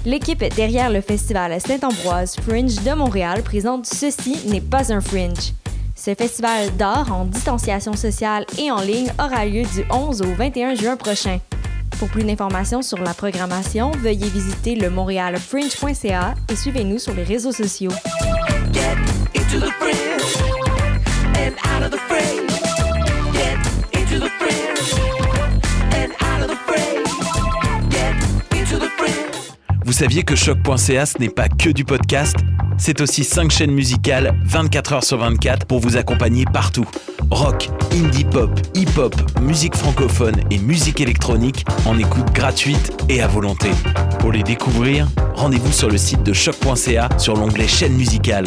L'équipe derrière le festival Saint-Ambroise Fringe de Montréal présente Ceci n'est pas un Fringe. Ce festival d'art en distanciation sociale et en ligne aura lieu du 11 au 21 juin prochain. Pour plus d'informations sur la programmation, veuillez visiter le montrealfringe.ca et suivez-nous sur les réseaux sociaux. Get into the fringe and out of the fringe. Get into the fringe and out of the fringe. Get into the fringe. Vous saviez que Choc.ca, ce n'est pas que du podcast? C'est aussi 5 chaînes musicales 24 heures sur 24 pour vous accompagner partout. Rock, indie pop, hip-hop, musique francophone et musique électronique en écoute gratuite et à volonté. Pour les découvrir, rendez-vous sur le site de Choc.ca sur l'onglet chaîne musicale.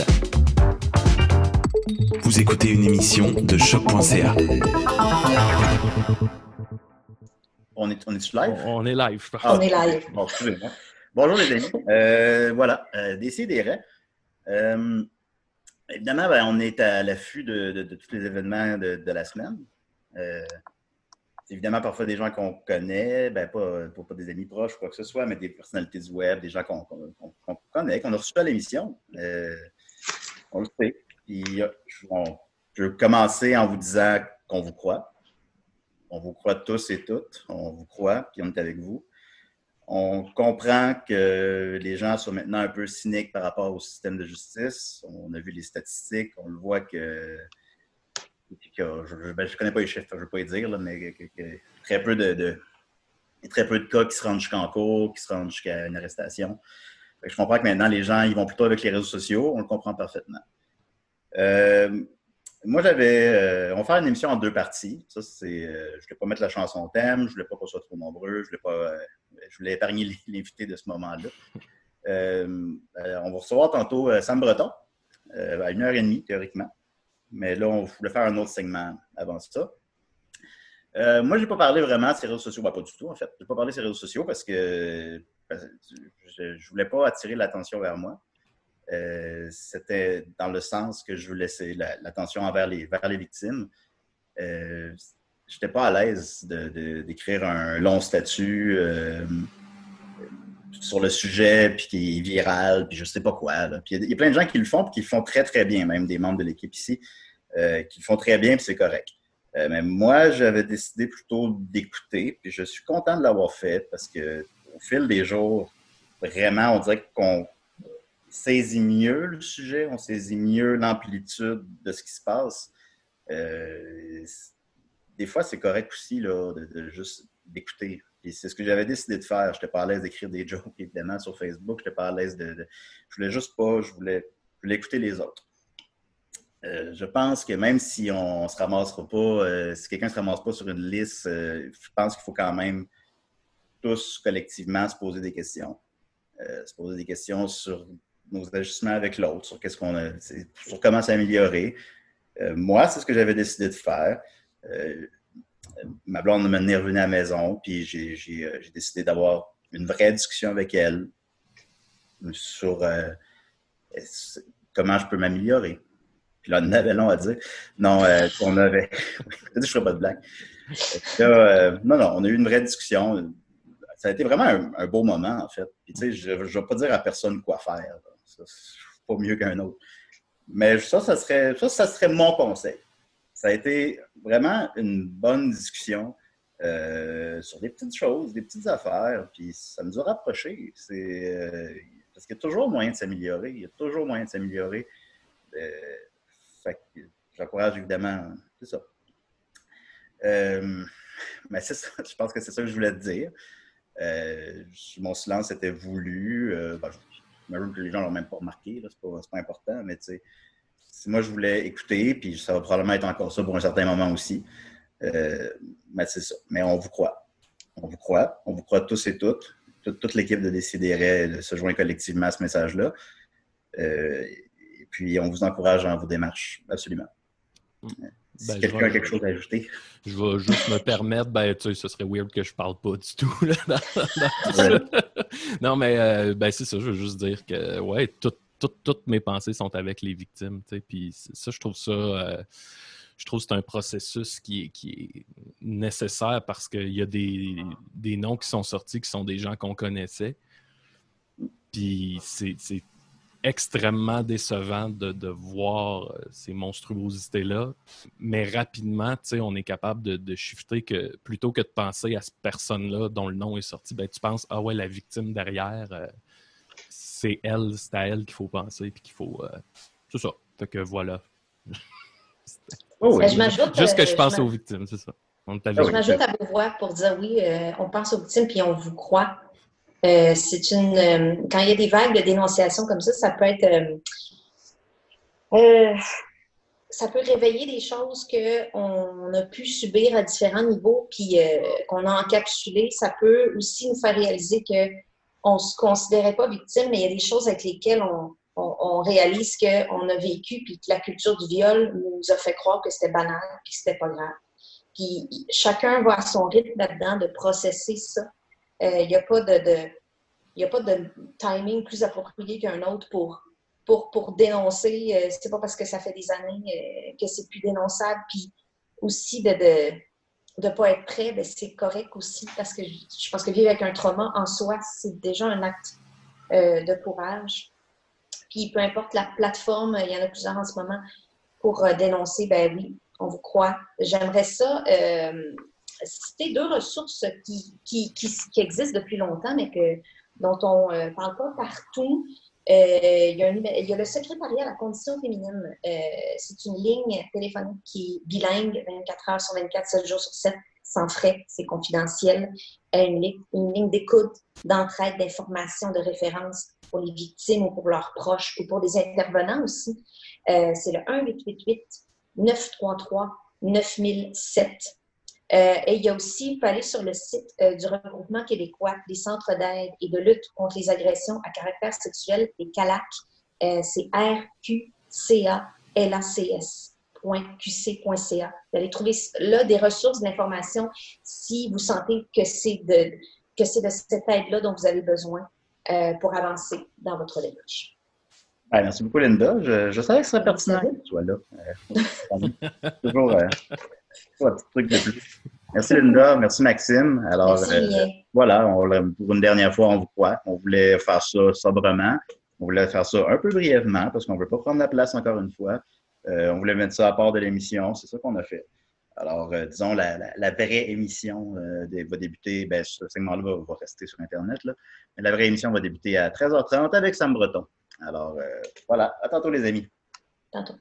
Vous écoutez une émission de Choc.ca. On est live? On est live. On est live. Bon, excusez-moi. Bonjour les amis. Voilà, Décidérez. Évidemment, on est à l'affût de tous les événements de la semaine. Évidemment, parfois des gens qu'on connaît, pas des amis proches ou quoi que ce soit, mais des personnalités du web, des gens qu'on connaît, qu'on a reçus à l'émission. On le sait. Puis, je veux commencer en vous disant qu'on vous croit. On vous croit tous et toutes. On vous croit, puis on est avec vous. On comprend que les gens sont maintenant un peu cyniques par rapport au système de justice. On a vu les statistiques, on le voit que je ne connais pas les chiffres, je ne veux pas les dire, là, mais très peu de cas qui se rendent jusqu'en cours, qui se rendent jusqu'à une arrestation. Je comprends que maintenant, les gens ils vont plutôt avec les réseaux sociaux, on le comprend parfaitement. Moi, on va faire une émission en 2 parties. Ça, je ne voulais pas mettre la chanson thème, je ne voulais pas qu'on soit trop nombreux, je voulais épargner l'invité de ce moment-là. On va recevoir tantôt Sam Breton à 1h30, théoriquement. Mais là, on voulait faire un autre segment avant ça. Moi, je n'ai pas parlé vraiment de ces réseaux sociaux. Pas du tout, en fait. Je n'ai pas parlé de ces réseaux sociaux parce que je ne voulais pas attirer l'attention vers moi. C'était dans le sens que je voulais laisser l'attention vers les victimes. Je n'étais pas à l'aise d'écrire un long statut sur le sujet, puis qui est viral, puis je ne sais pas quoi. Là. Puis il y a plein de gens qui le font, puis qui le font très, très bien, même des membres de l'équipe ici, qui le font très bien, puis c'est correct. Mais moi, j'avais décidé plutôt d'écouter, puis je suis content de l'avoir fait, parce qu'au fil des jours, vraiment, on dirait qu'on saisit mieux le sujet, on saisit mieux l'amplitude de ce qui se passe. Des fois, c'est correct aussi là, de juste d'écouter. Et c'est ce que j'avais décidé de faire. Je n'étais pas à l'aise d'écrire des jokes, évidemment, sur Facebook. Je n'étais pas à l'aise je voulais juste pas, je voulais écouter les autres. Je pense que même si on se ramassera pas, si quelqu'un ne se ramasse pas sur une liste, je pense qu'il faut quand même tous collectivement se poser des questions. Se poser des questions sur nos ajustements avec l'autre, sur sur comment s'améliorer. Moi, c'est ce que j'avais décidé de faire. Ma blonde m'a revenu à la maison, puis j'ai décidé d'avoir une vraie discussion avec elle sur comment je peux m'améliorer. Puis là, on avait long à dire. Non, on avait... je ne ferai pas de blague. Non, on a eu une vraie discussion. Ça a été vraiment un beau moment, en fait. Puis, tu sais, je ne vais pas dire à personne quoi faire. Ça, c'est pas mieux qu'un autre. Mais ça serait mon conseil. Ça a été vraiment une bonne discussion sur des petites choses, des petites affaires. Puis, ça nous a rapprochés. Parce qu'il y a toujours moyen de s'améliorer. Il y a toujours moyen de s'améliorer. Fait que j'encourage évidemment, c'est ça. Mais c'est ça, je pense que c'est ça que je voulais te dire. Mon silence était voulu. J'imagine que les gens ne l'ont même pas remarqué, là, c'est pas important, mais tu sais, moi je voulais écouter, puis ça va probablement être encore ça pour un certain moment aussi. Mais c'est ça. Mais on vous croit. On vous croit. On vous croit tous et toutes. Toute l'équipe de Décidérez se joint collectivement à ce message-là. Et puis, on vous encourage dans vos démarches, absolument. Si quelqu'un a quelque chose à ajouter. Je vais juste me permettre, tu sais, ce serait weird que je parle pas du tout. Là, non, mais c'est ça, je veux juste dire que, ouais, toutes mes pensées sont avec les victimes, tu sais, puis ça, je trouve que c'est un processus qui est nécessaire parce qu'il y a des noms qui sont sortis qui sont des gens qu'on connaissait. Puis c'est extrêmement décevant de voir ces monstruosités-là. Mais rapidement, tu sais, on est capable de shifter que plutôt que de penser à cette personne-là dont le nom est sorti, ben tu penses, ah ouais, la victime derrière, c'est à elle qu'il faut penser, puis qu'il faut... c'est ça. Fait que voilà. Oh, oui. Juste que je pense aux victimes, c'est ça. Je m'ajoute à vos voix pour dire oui, on pense aux victimes puis on vous croit. C'est quand il y a des vagues de dénonciation comme ça peut être ça peut réveiller des choses qu'on a pu subir à différents niveaux puis qu'on a encapsulées. Ça peut aussi nous faire réaliser qu'on ne se considérait pas victime, mais il y a des choses avec lesquelles on réalise qu'on a vécu puis que la culture du viol nous a fait croire que c'était banal puis que c'était pas grave. Puis chacun va à son rythme là-dedans de processer ça. Il n'y a pas de timing plus approprié qu'un autre pour dénoncer. C'est pas parce que ça fait des années que c'est plus dénonçable. Puis aussi de pas être prêt, ben c'est correct aussi parce que je pense que vivre avec un trauma en soi, c'est déjà un acte de courage. Puis peu importe la plateforme, il y en a plusieurs en ce moment pour dénoncer, ben oui, on vous croit. J'aimerais ça citer 2 ressources qui existent depuis longtemps, mais dont on ne parle pas partout. Il y a le secrétariat à la condition féminine. C'est une ligne téléphonique qui est bilingue, 24 heures sur 24, 7 jours sur 7, sans frais, c'est confidentiel. Une ligne d'écoute, d'entraide, d'information, de référence pour les victimes ou pour leurs proches ou pour des intervenants aussi. C'est le 1-888-933-9007. Et il y a aussi, il faut aller sur le site du regroupement québécois des centres d'aide et de lutte contre les agressions à caractère sexuel, les CALAC. C'est rqcalacs.qc.ca. Vous allez trouver là des ressources d'information si vous sentez que c'est de cette aide-là dont vous avez besoin pour avancer dans votre démarche. Merci beaucoup, Linda. Je savais que ce serait pertinent que tu sois là. Toujours un petit truc de plus. Merci, Linda. Merci, Maxime. Alors, voilà, pour une dernière fois, on vous croit. On voulait faire ça sobrement. On voulait faire ça un peu brièvement parce qu'on ne veut pas prendre la place encore une fois. On voulait mettre ça à part de l'émission. C'est ça qu'on a fait. Alors, disons, la vraie émission va débuter, ce segment-là va rester sur Internet, là, mais la vraie émission va débuter à 13h30 avec Sam Breton. Alors, voilà. À tantôt, les amis. Tantôt.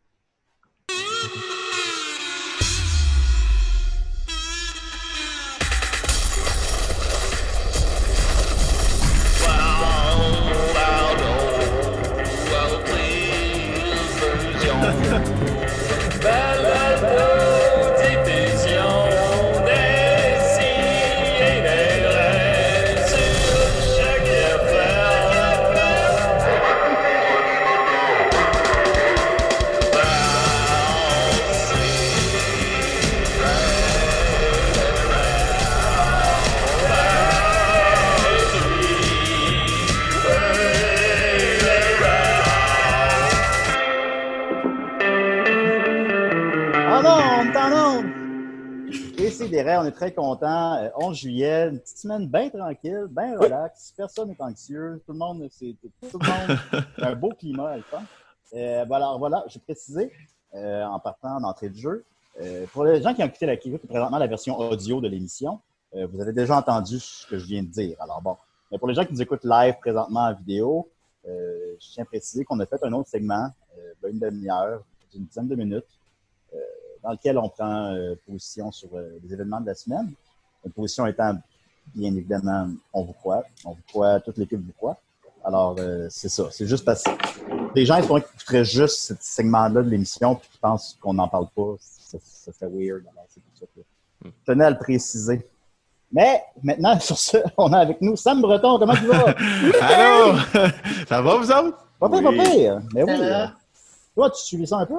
On est très contents. 11 juillet, une petite semaine bien tranquille, bien relax. Personne n'est anxieux. Tout le monde un beau climat à le temps. Voilà, j'ai précisé en partant d'entrée de jeu. Pour les gens qui ont écouté présentement la version audio de l'émission, vous avez déjà entendu ce que je viens de dire. Alors bon, mais pour les gens qui nous écoutent live présentement en vidéo, je tiens à préciser qu'on a fait un autre segment d'une demi-heure, d'une dizaine de minutes, dans lequel on prend position sur les événements de la semaine. Une position étant, bien évidemment, on vous croit, toute l'équipe vous croit. Alors, c'est ça. C'est juste parce que les gens, ils écouteraient juste ce segment-là de l'émission puis qui pensent qu'on n'en parle pas. Ça fait weird. Alors, c'est tout ça que je tenais à le préciser. Mais maintenant, sur ce, on a avec nous Sam Breton. Comment tu vas? Allô? Ça va, vous autres? Pas pire. Mais oui. Toi, tu suivis ça un peu?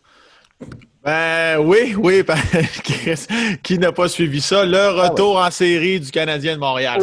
Oui, Chris, qui n'a pas suivi ça? Le retour en série du Canadien de Montréal.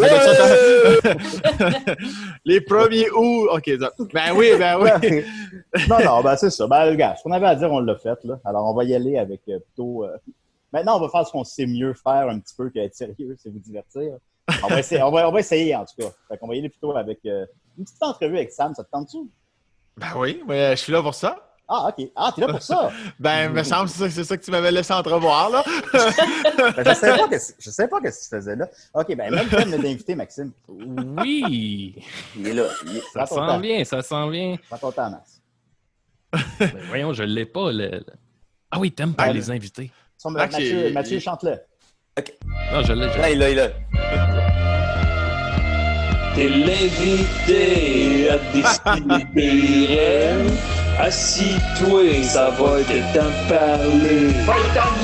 Les premiers août. OK, oui. Non, c'est ça. Regarde, ce qu'on avait à dire, on l'a fait, là. Alors, on va y aller avec plutôt... Maintenant, on va faire ce qu'on sait mieux faire un petit peu qu'être sérieux, c'est vous divertir. On va essayer, en tout cas. Fait qu'on va y aller plutôt avec une petite entrevue avec Sam. Ça te tente-tu? Ben oui, mais je suis là pour ça. Ah, OK. Ah, t'es là pour ça? Ben, me semble que c'est ça que tu m'avais laissé entrevoir, là. Ben, je sais pas ce que tu faisais là. OK, ben même toi de m'inviter, Maxime. Oui! Il est là. Ça sent bien, ça sent bien. Prends ton temps, Max. Ben, voyons, je l'ai pas. Ah oui, t'aimes pas les invités. Max, Mathieu, chante-le. Non, je l'ai. Là, il est là. T'es l'invité à décider des rêves. Assis-toi, ça va être temps de parler. Va t'en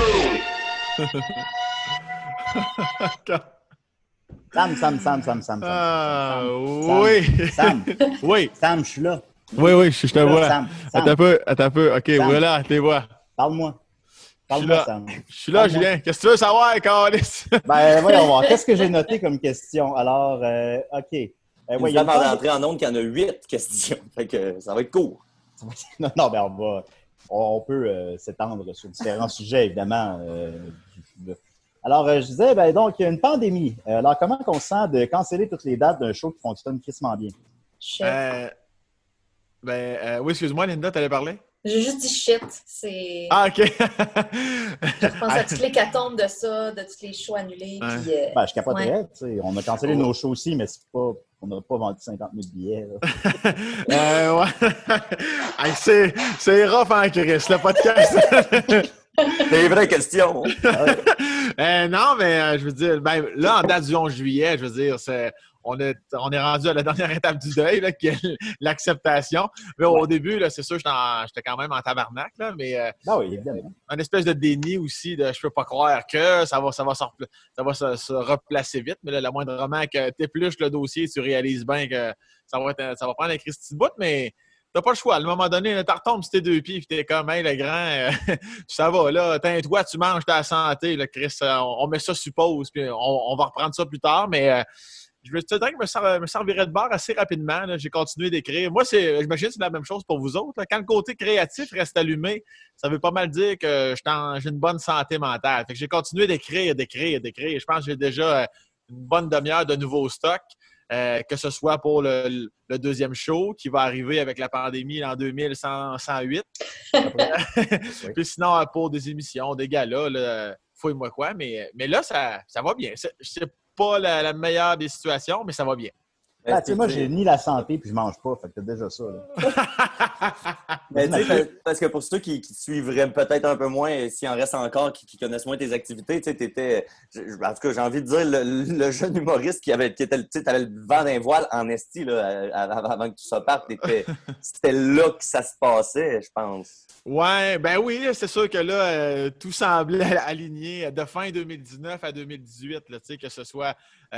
niaiser! Sam. Oui. Sam. Oui. Sam, je suis là. Oui, je te vois. Sam. Attends un peu. OK, Sam. voilà, te vois. Parle-moi, Sam. Je suis là, Julien. Qu'est-ce que tu veux savoir, Carlis? Ben, voyons voir. Qu'est-ce que j'ai noté comme question? Alors, OK. Avant d'entrer en ondes, qu'il y en a 8 questions. Fait que ça va être court. Non, ben on peut s'étendre sur différents sujets, évidemment. Alors, je disais, ben donc, il y a une pandémie. Alors, comment on se sent de canceller toutes les dates d'un show qui fonctionne crissement bien? Shit. Oui, excuse-moi, Linda, t'allais parler? J'ai juste dit shit. C'est... Ah, OK. Je pense à toutes les hécatombe de ça, de tous les shows annulés. Ouais. Puis, Ben, je capoterais. Tu sais, on a cancellé nos shows aussi, mais c'est pas, on n'a pas vendu 50 000 billets. Ouais. Hey, c'est rough, hein, Chris, le podcast. Des vraies questions. Non, mais je veux dire, ben, là, en date du 11 juillet, je veux dire, on est rendu à la dernière étape du deuil, là, qui est l'acceptation. Mais au début, là, c'est sûr, j'étais quand même en tabarnak, là, mais Ben oui, évidemment. un espèce de déni aussi de je peux pas croire que ça va se replacer vite. Mais là, le moindrement que tu épluches le dossier, tu réalises bien que ça va prendre un Christy de bout, mais t'as pas le choix. À un moment donné, tu retombes sur tes deux pieds et t'es comme, hey, le grand, ça va, là, toi, tu manges ta santé, là, Chris, on met ça sur pause, puis on va reprendre ça plus tard, mais je te dirais que je me servirais de bord assez rapidement. Là. J'ai continué d'écrire. Moi, j'imagine que c'est la même chose pour vous autres. Là. Quand le côté créatif reste allumé, ça veut pas mal dire que j'ai une bonne santé mentale. Fait que j'ai continué d'écrire. Je pense que j'ai déjà une bonne demi-heure de nouveaux stocks, que ce soit pour le deuxième show qui va arriver avec la pandémie en 2108. Puis sinon, pour des émissions, des galas, là, fouille-moi quoi. Mais là, ça va bien. C'est pas la meilleure des situations, mais ça va bien. Ah, tu sais, moi, j'ai ni la santé puis je mange pas. Fait que t'as déjà ça. Mais tu sais, parce que pour ceux qui te suivraient peut-être un peu moins, s'il en reste encore, qui connaissent moins tes activités, tu sais, t'étais... En tout cas, j'ai envie de dire, le jeune humoriste qui avait, tu sais, t'avais le vent d'un voile en esti, là, avant que tout ça parte. C'était là que ça se passait, je pense. Ouais, ben oui, c'est sûr que là, tout semblait aligné de fin 2019 à 2018, là, tu sais, que ce soit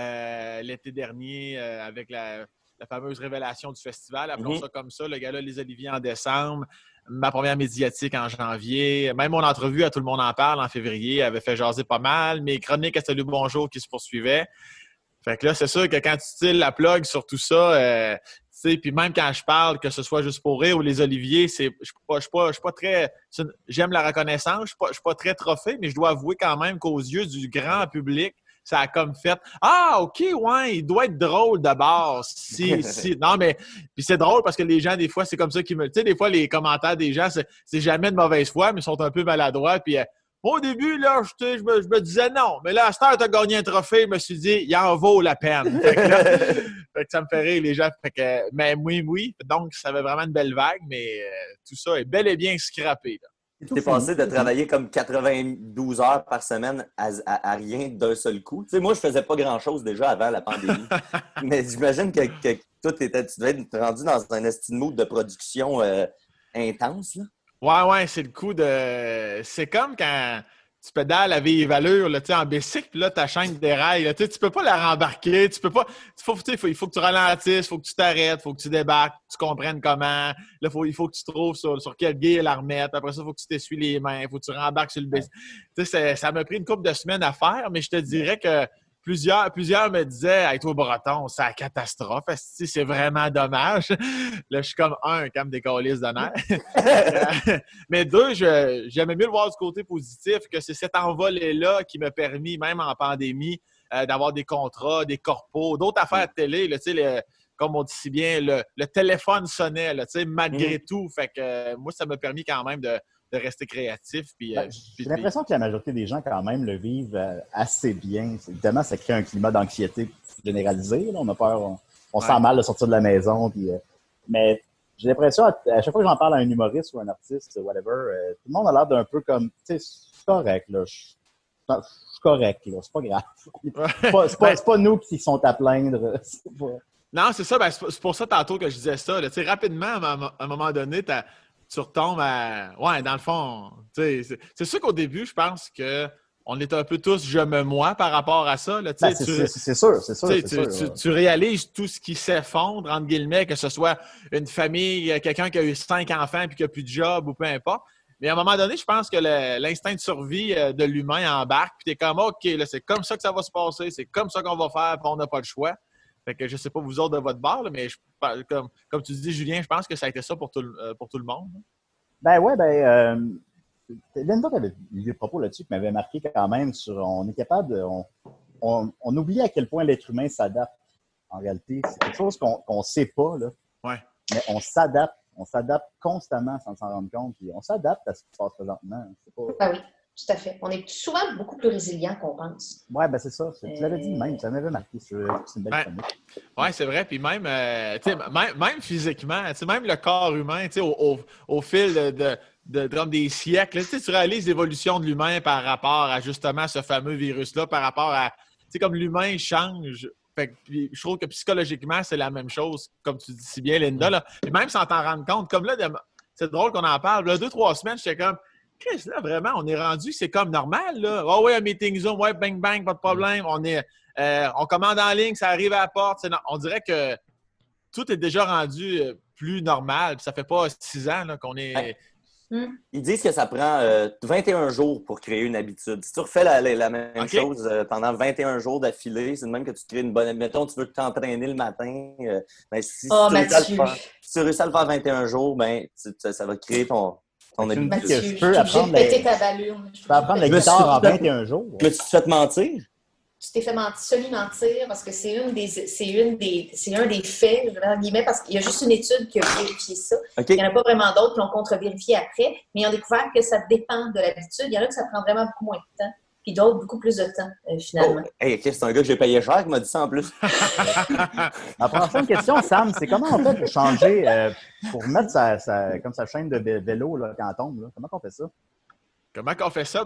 l'été dernier avec la fameuse révélation du festival, appelons ça comme ça, le gala Les Oliviers en décembre, ma première médiatique en janvier, même mon entrevue à Tout le monde en parle en février avait fait jaser pas mal, mes chroniques à Salut Bonjour qui se poursuivaient. Fait que là, c'est sûr que quand tu styles la plug sur tout ça, puis même quand je parle, que ce soit Juste pour rire ou Les Oliviers, je suis pas très... J'aime la reconnaissance, je suis pas très trophée, mais je dois avouer quand même qu'aux yeux du grand public, ça a comme fait « Ah, OK, ouais, il doit être drôle de base. » Si. Non, mais puis c'est drôle parce que les gens, des fois, c'est comme ça qu'ils me... Tu sais, des fois, les commentaires des gens, c'est jamais de mauvaise foi, mais ils sont un peu maladroits. Puis au début, là, je me disais non. Mais là, à cette heure, tu as gagné un trophée. Je me suis dit, il en vaut la peine. Fait que ça me fait rire, les gens. Fait que, mais oui. Donc, ça avait vraiment une belle vague, mais tout ça est bel et bien scrappé, là. T'es passé de travailler comme 92 heures par semaine à rien d'un seul coup. Tu sais, moi, je faisais pas grand-chose déjà avant la pandémie. Mais j'imagine que toi, tu devais être rendu dans un estime mood de production intense, là. Ouais, c'est le coup de... C'est comme quand tu pédales à vive allure, là, en bicycle, puis là, ta chaîne déraille. Là, tu peux pas la rembarquer, tu peux pas... Il faut que tu ralentisses, il faut que tu t'arrêtes, il faut que tu débarques, que tu comprennes comment. Là, il faut que tu trouves sur quel gear la remettre. Après ça, il faut que tu t'essuies les mains, il faut que tu rembarques sur le bicycle. Tu sais, ça m'a pris une couple de semaines à faire, mais je te dirais que plusieurs me disaient « Hey, toi, Breton, c'est la catastrophe. C'est vraiment dommage. » Là, je suis comme comme des câlisses de nerfs. Mais deux, j'aimais mieux le voir du côté positif, que c'est cet envolé-là qui m'a permis, même en pandémie, d'avoir des contrats, des corpos, d'autres affaires de télé, là, tu sais, comme on dit si bien, le téléphone sonnait, là, tu sais, malgré tout. Fait que moi, ça m'a permis quand même de rester créatif. Puis, j'ai l'impression que la majorité des gens, quand même, le vivent assez bien. Évidemment, ça crée un climat d'anxiété généralisé. Là. On a peur, on sent mal de sortir de la maison. Puis, mais j'ai l'impression, à chaque fois que j'en parle à un humoriste ou un artiste, whatever, tout le monde a l'air d'un peu comme, tu sais, c'est correct, là. Je suis correct, là. C'est pas grave. C'est pas nous qui sont à plaindre. Non, c'est ça. Ben, c'est pour ça tantôt que je disais ça. Tu sais, rapidement, à un moment donné, tu retombes à... Ouais, dans le fond, tu sais, c'est sûr qu'au début, je pense qu'on est un peu tous « je me moi » par rapport à ça. Là, c'est sûr. Tu réalises tout ce qui s'effondre, entre guillemets, que ce soit une famille, quelqu'un qui a eu 5 enfants puis qui n'a plus de job ou peu importe. Mais à un moment donné, je pense que l'instinct de survie de l'humain embarque puis t'es comme « OK, là, c'est comme ça que ça va se passer, c'est comme ça qu'on va faire puis on n'a pas le choix ». Fait que je sais pas vous autres de votre bord, là, mais comme tu dis, Julien, je pense que ça a été ça pour tout le monde. Ben ouais, Linda avait eu des propos là-dessus qui m'avaient marqué quand même sur on est capable de. On oublie à quel point l'être humain s'adapte. En réalité, c'est quelque chose qu'on sait pas, là. Ouais. Mais on s'adapte. On s'adapte constamment sans s'en rendre compte. Puis on s'adapte à ce qui se passe présentement. C'est pas... Ah oui. Tout à fait. On est souvent beaucoup plus résilient qu'on pense. Oui, ben c'est ça. Tu l'avais dit même. Ça m'avait marqué. C'est une belle chronique. Oui, c'est vrai. Puis même, même physiquement, même le corps humain, au fil de des siècles, tu réalises l'évolution de l'humain par rapport à justement ce fameux virus-là, par rapport à, comme l'humain change. Fait que, puis, je trouve que psychologiquement, c'est la même chose, comme tu dis si bien, Linda. Là. Et même sans t'en rendre compte, comme là, c'est drôle qu'on en parle. Là, 2-3 semaines, j'étais comme... Chris, là, vraiment, on est rendu, c'est comme normal, là. Oh oui, un meeting Zoom, ouais, bang, bang, pas de problème. On commande en ligne, ça arrive à la porte. On dirait que tout est déjà rendu plus normal. Puis ça fait pas 6 ans là, qu'on est... Ils disent que ça prend 21 jours pour créer une habitude. Si tu refais la même chose pendant 21 jours d'affilée, c'est de même que tu crées une bonne... Mettons, tu veux t'entraîner le matin. Si tu réussis à le faire 21 jours, ça va créer ton habitude. Mathieu, je suis obligée de péter ta ballure. Tu peux apprendre la guitare en 21 jours. Mais tu te fais mentir? Tu t'es fait semi-mentir parce que c'est un des faits, parce qu'il y a juste une étude qui a vérifié ça. Okay. Il n'y en a pas vraiment d'autres qui l'ont contre-vérifié après, mais ils ont découvert que ça dépend de l'habitude. Il y en a que ça prend vraiment beaucoup moins de temps, puis d'autres beaucoup plus de temps, finalement. Oh, hey, c'est un gars que j'ai payé cher qui m'a dit ça en plus. La prochaine question, Sam, c'est comment on fait pour changer, pour mettre sa chaîne de vélo là, quand on tombe? Là? Comment on fait ça? Comment on fait ça?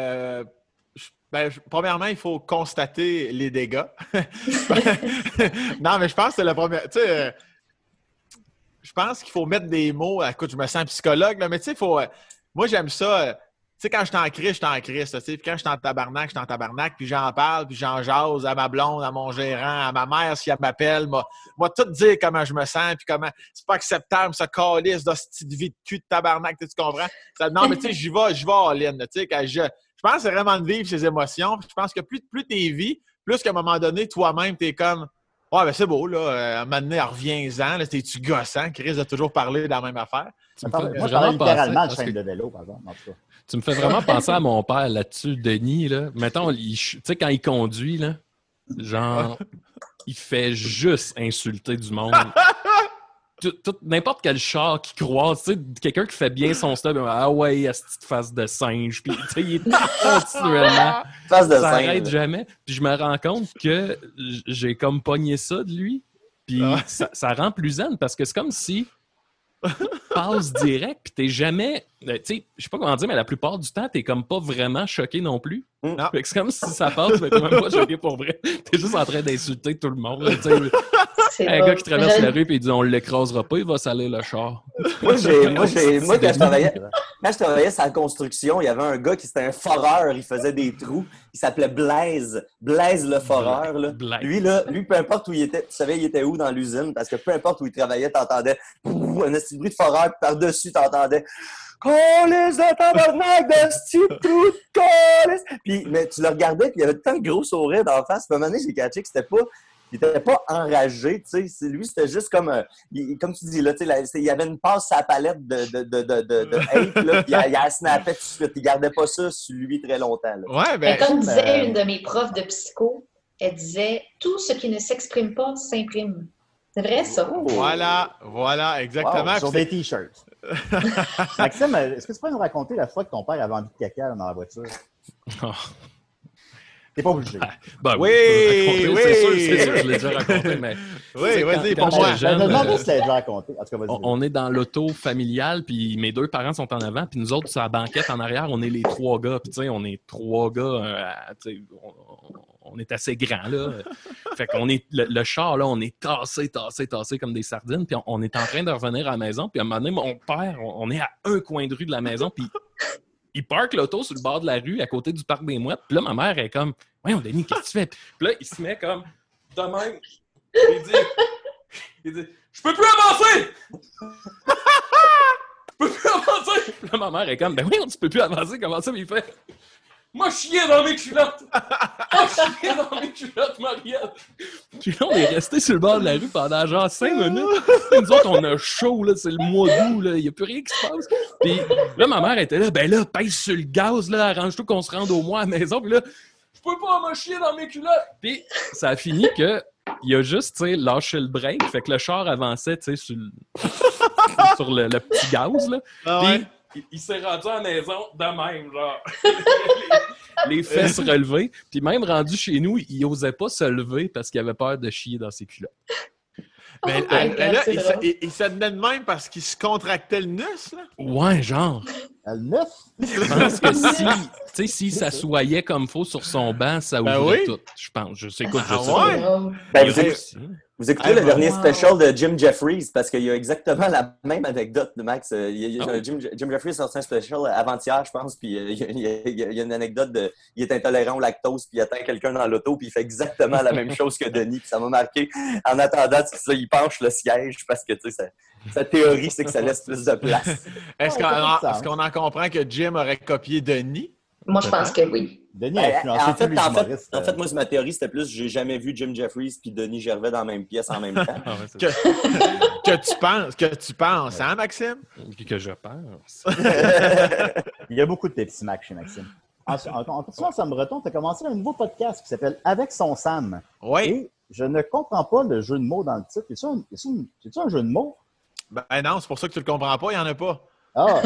Premièrement, il faut constater les dégâts. Non, mais je pense que c'est la première. Tu sais, je pense qu'il faut mettre des mots. Écoute, je me sens psychologue, là, mais tu sais, il faut. Moi, j'aime ça. Tu sais, quand je suis en crise, je suis en crise. Puis quand je suis en tabarnak, je suis en tabarnak. Puis j'en parle, puis j'en jase à ma blonde, à mon gérant, à ma mère, si elle m'appelle. Moi, tout dire comment je me sens, puis comment c'est pas acceptable, ce calice d'hostie de vie de cul de tabarnak, tu comprends? Non, mais tu sais, j'y vais all-in. Tu sais, je pense que c'est vraiment de vivre ses émotions. Puis je pense que plus tu vis, plus qu'à un moment donné, toi-même, t'es comme « Ouais, ben c'est beau, là. À un moment donné, reviens-en. T'es-tu gossant qui risque de toujours parler de la même affaire? » Moi, je parlais littéralement de chaîne de vélo, par exemple, en tout cas. Tu me fais vraiment penser à mon père là-dessus, Denis. Là. Mettons, tu sais, quand il conduit, là, genre, il fait juste insulter du monde. N'importe quel char qui croise, tu sais, quelqu'un qui fait bien son stuff, ah ouais, à cette petite face de singe, puis tu sais, il est continuellement, ça n'arrête jamais. Puis je me rends compte que j'ai comme pogné ça de lui, puis ça rend plus zen, parce que c'est comme si passe direct, puis t'es jamais, tu sais, je sais pas comment dire, mais la plupart du temps, t'es comme pas vraiment choqué non plus. Fait que c'est comme si ça passe, mais t'es même pas choqué pour vrai. T'es juste en train d'insulter tout le monde, tu sais. Un gars qui traverse la rue et il dit on l'écrasera pas, il va salir le char. Moi, quand je travaillais sur la construction, il y avait un gars qui c'était un foreur, il faisait des trous. Il s'appelait Blaise le foreur. Là. Lui, peu importe où il était, tu savais il était où dans l'usine, parce que peu importe où il travaillait, t'entendais un petit bruit de foreur, par-dessus, t'entendais Calice de tabarnak de style trou de calice! Puis, mais tu le regardais, puis il y avait tant de gros sourires d'en face. Puis à un moment donné, j'ai catché que il n'était pas enragé, tu sais. Lui, c'était juste comme tu dis, là, tu sais, il y avait une passe à la palette de hate, là, puis il snappait tout de suite. Il gardait pas ça sur lui très longtemps. Là. Ouais, mais comme disait une de mes profs de psycho, Elle disait « Tout ce qui ne s'exprime pas s'imprime ». C'est vrai, ça? Voilà, exactement. Wow, sur des T-shirts. Maxime, est-ce que tu peux nous raconter la fois que ton père avait envie de caca dans la voiture? Oh. T'es pas obligé. Oui, c'est sûr, je l'ai déjà raconté, mais... Oui, vas-y, pour quand moi. j'étais jeune, Demande si tu l'as déjà raconté. En tout cas, vas-y. on est dans l'auto familiale, puis mes 2 parents sont en avant, puis nous autres, sur la banquette en arrière, on est les 3 gars. Puis tu sais, on est 3 gars, on est assez grands, là. Fait qu'on est... Le char, là, on est tassé comme des sardines, puis on est en train de revenir à la maison, puis à un moment donné, mon père, on est à un coin de rue de la maison, puis... Il parque l'auto sur le bord de la rue, à côté du parc des Mouettes. Puis là, ma mère est comme « Voyons, Denis, qu'est-ce que tu fais? » Puis là, il se met comme de même. Il dit « Je peux plus avancer! Je peux plus avancer! » Puis là, ma mère est comme « Ben oui, tu peux plus avancer. Comment ça? » Puis il fait « Moi, chier dans mes culottes! Moi, chier dans mes culottes, Mariette! » Puis là, on est resté sur le bord de la rue pendant genre 5 minutes. Nous autres, on a chaud, là, c'est le mois d'août, là, il n'y a plus rien qui se passe. Puis là, ma mère était là, ben là, pèse sur le gaz, là, arrange-toi qu'on se rende au moins à la maison. Puis là, je peux pas me chier dans mes culottes! Puis ça a fini que il a juste, tu sais, lâché le break, fait que le char avançait, tu sais, sur le petit gaz, là. Ah ouais. Puis il s'est rendu à la maison de même, genre. les fesses relevées. Puis même rendu chez nous, il osait pas se lever parce qu'il avait peur de chier dans ses culottes. Mais Oh my God, là, c'est drôle. il se tenait de même parce qu'il se contractait le nus, là? Ouais, genre. Le 9? Je pense que s'il s'assoyait comme faut sur son banc, ça ouvrait tout. Je pense. Je sais quoi, je sais ouais? pas. Ben, Il réussit. vous écoutez le dernier special de Jim Jeffries parce qu'il y a exactement la même anecdote de Max. Jim Jeffries a sorti un special avant-hier, je pense, puis il y a une anecdote de il est intolérant au lactose, puis il atteint quelqu'un dans l'auto, puis il fait exactement la même chose que Denis, puis ça m'a marqué. En attendant, il penche le siège parce que tu sais, sa théorie, c'est que ça laisse plus de place. Est-ce qu'on en comprend que Jim aurait copié Denis? Moi, je pense que oui. Denis a influencé tous les humoristes. En fait, moi, ma théorie, c'était plus j'ai jamais vu Jim Jeffries puis Denis Gervais dans la même pièce en même temps. Ah ouais, c'est ça. Que tu penses, hein, Maxime? Que je pense. Il y a beaucoup de petits Mac chez Maxime. En continuant, Sam Breton, tu as commencé un nouveau podcast qui s'appelle Avec son Sam. Oui. Et je ne comprends pas le jeu de mots dans le titre. C'est-tu un jeu de mots? Ben non, c'est pour ça que tu le comprends pas, il n'y en a pas. Ah!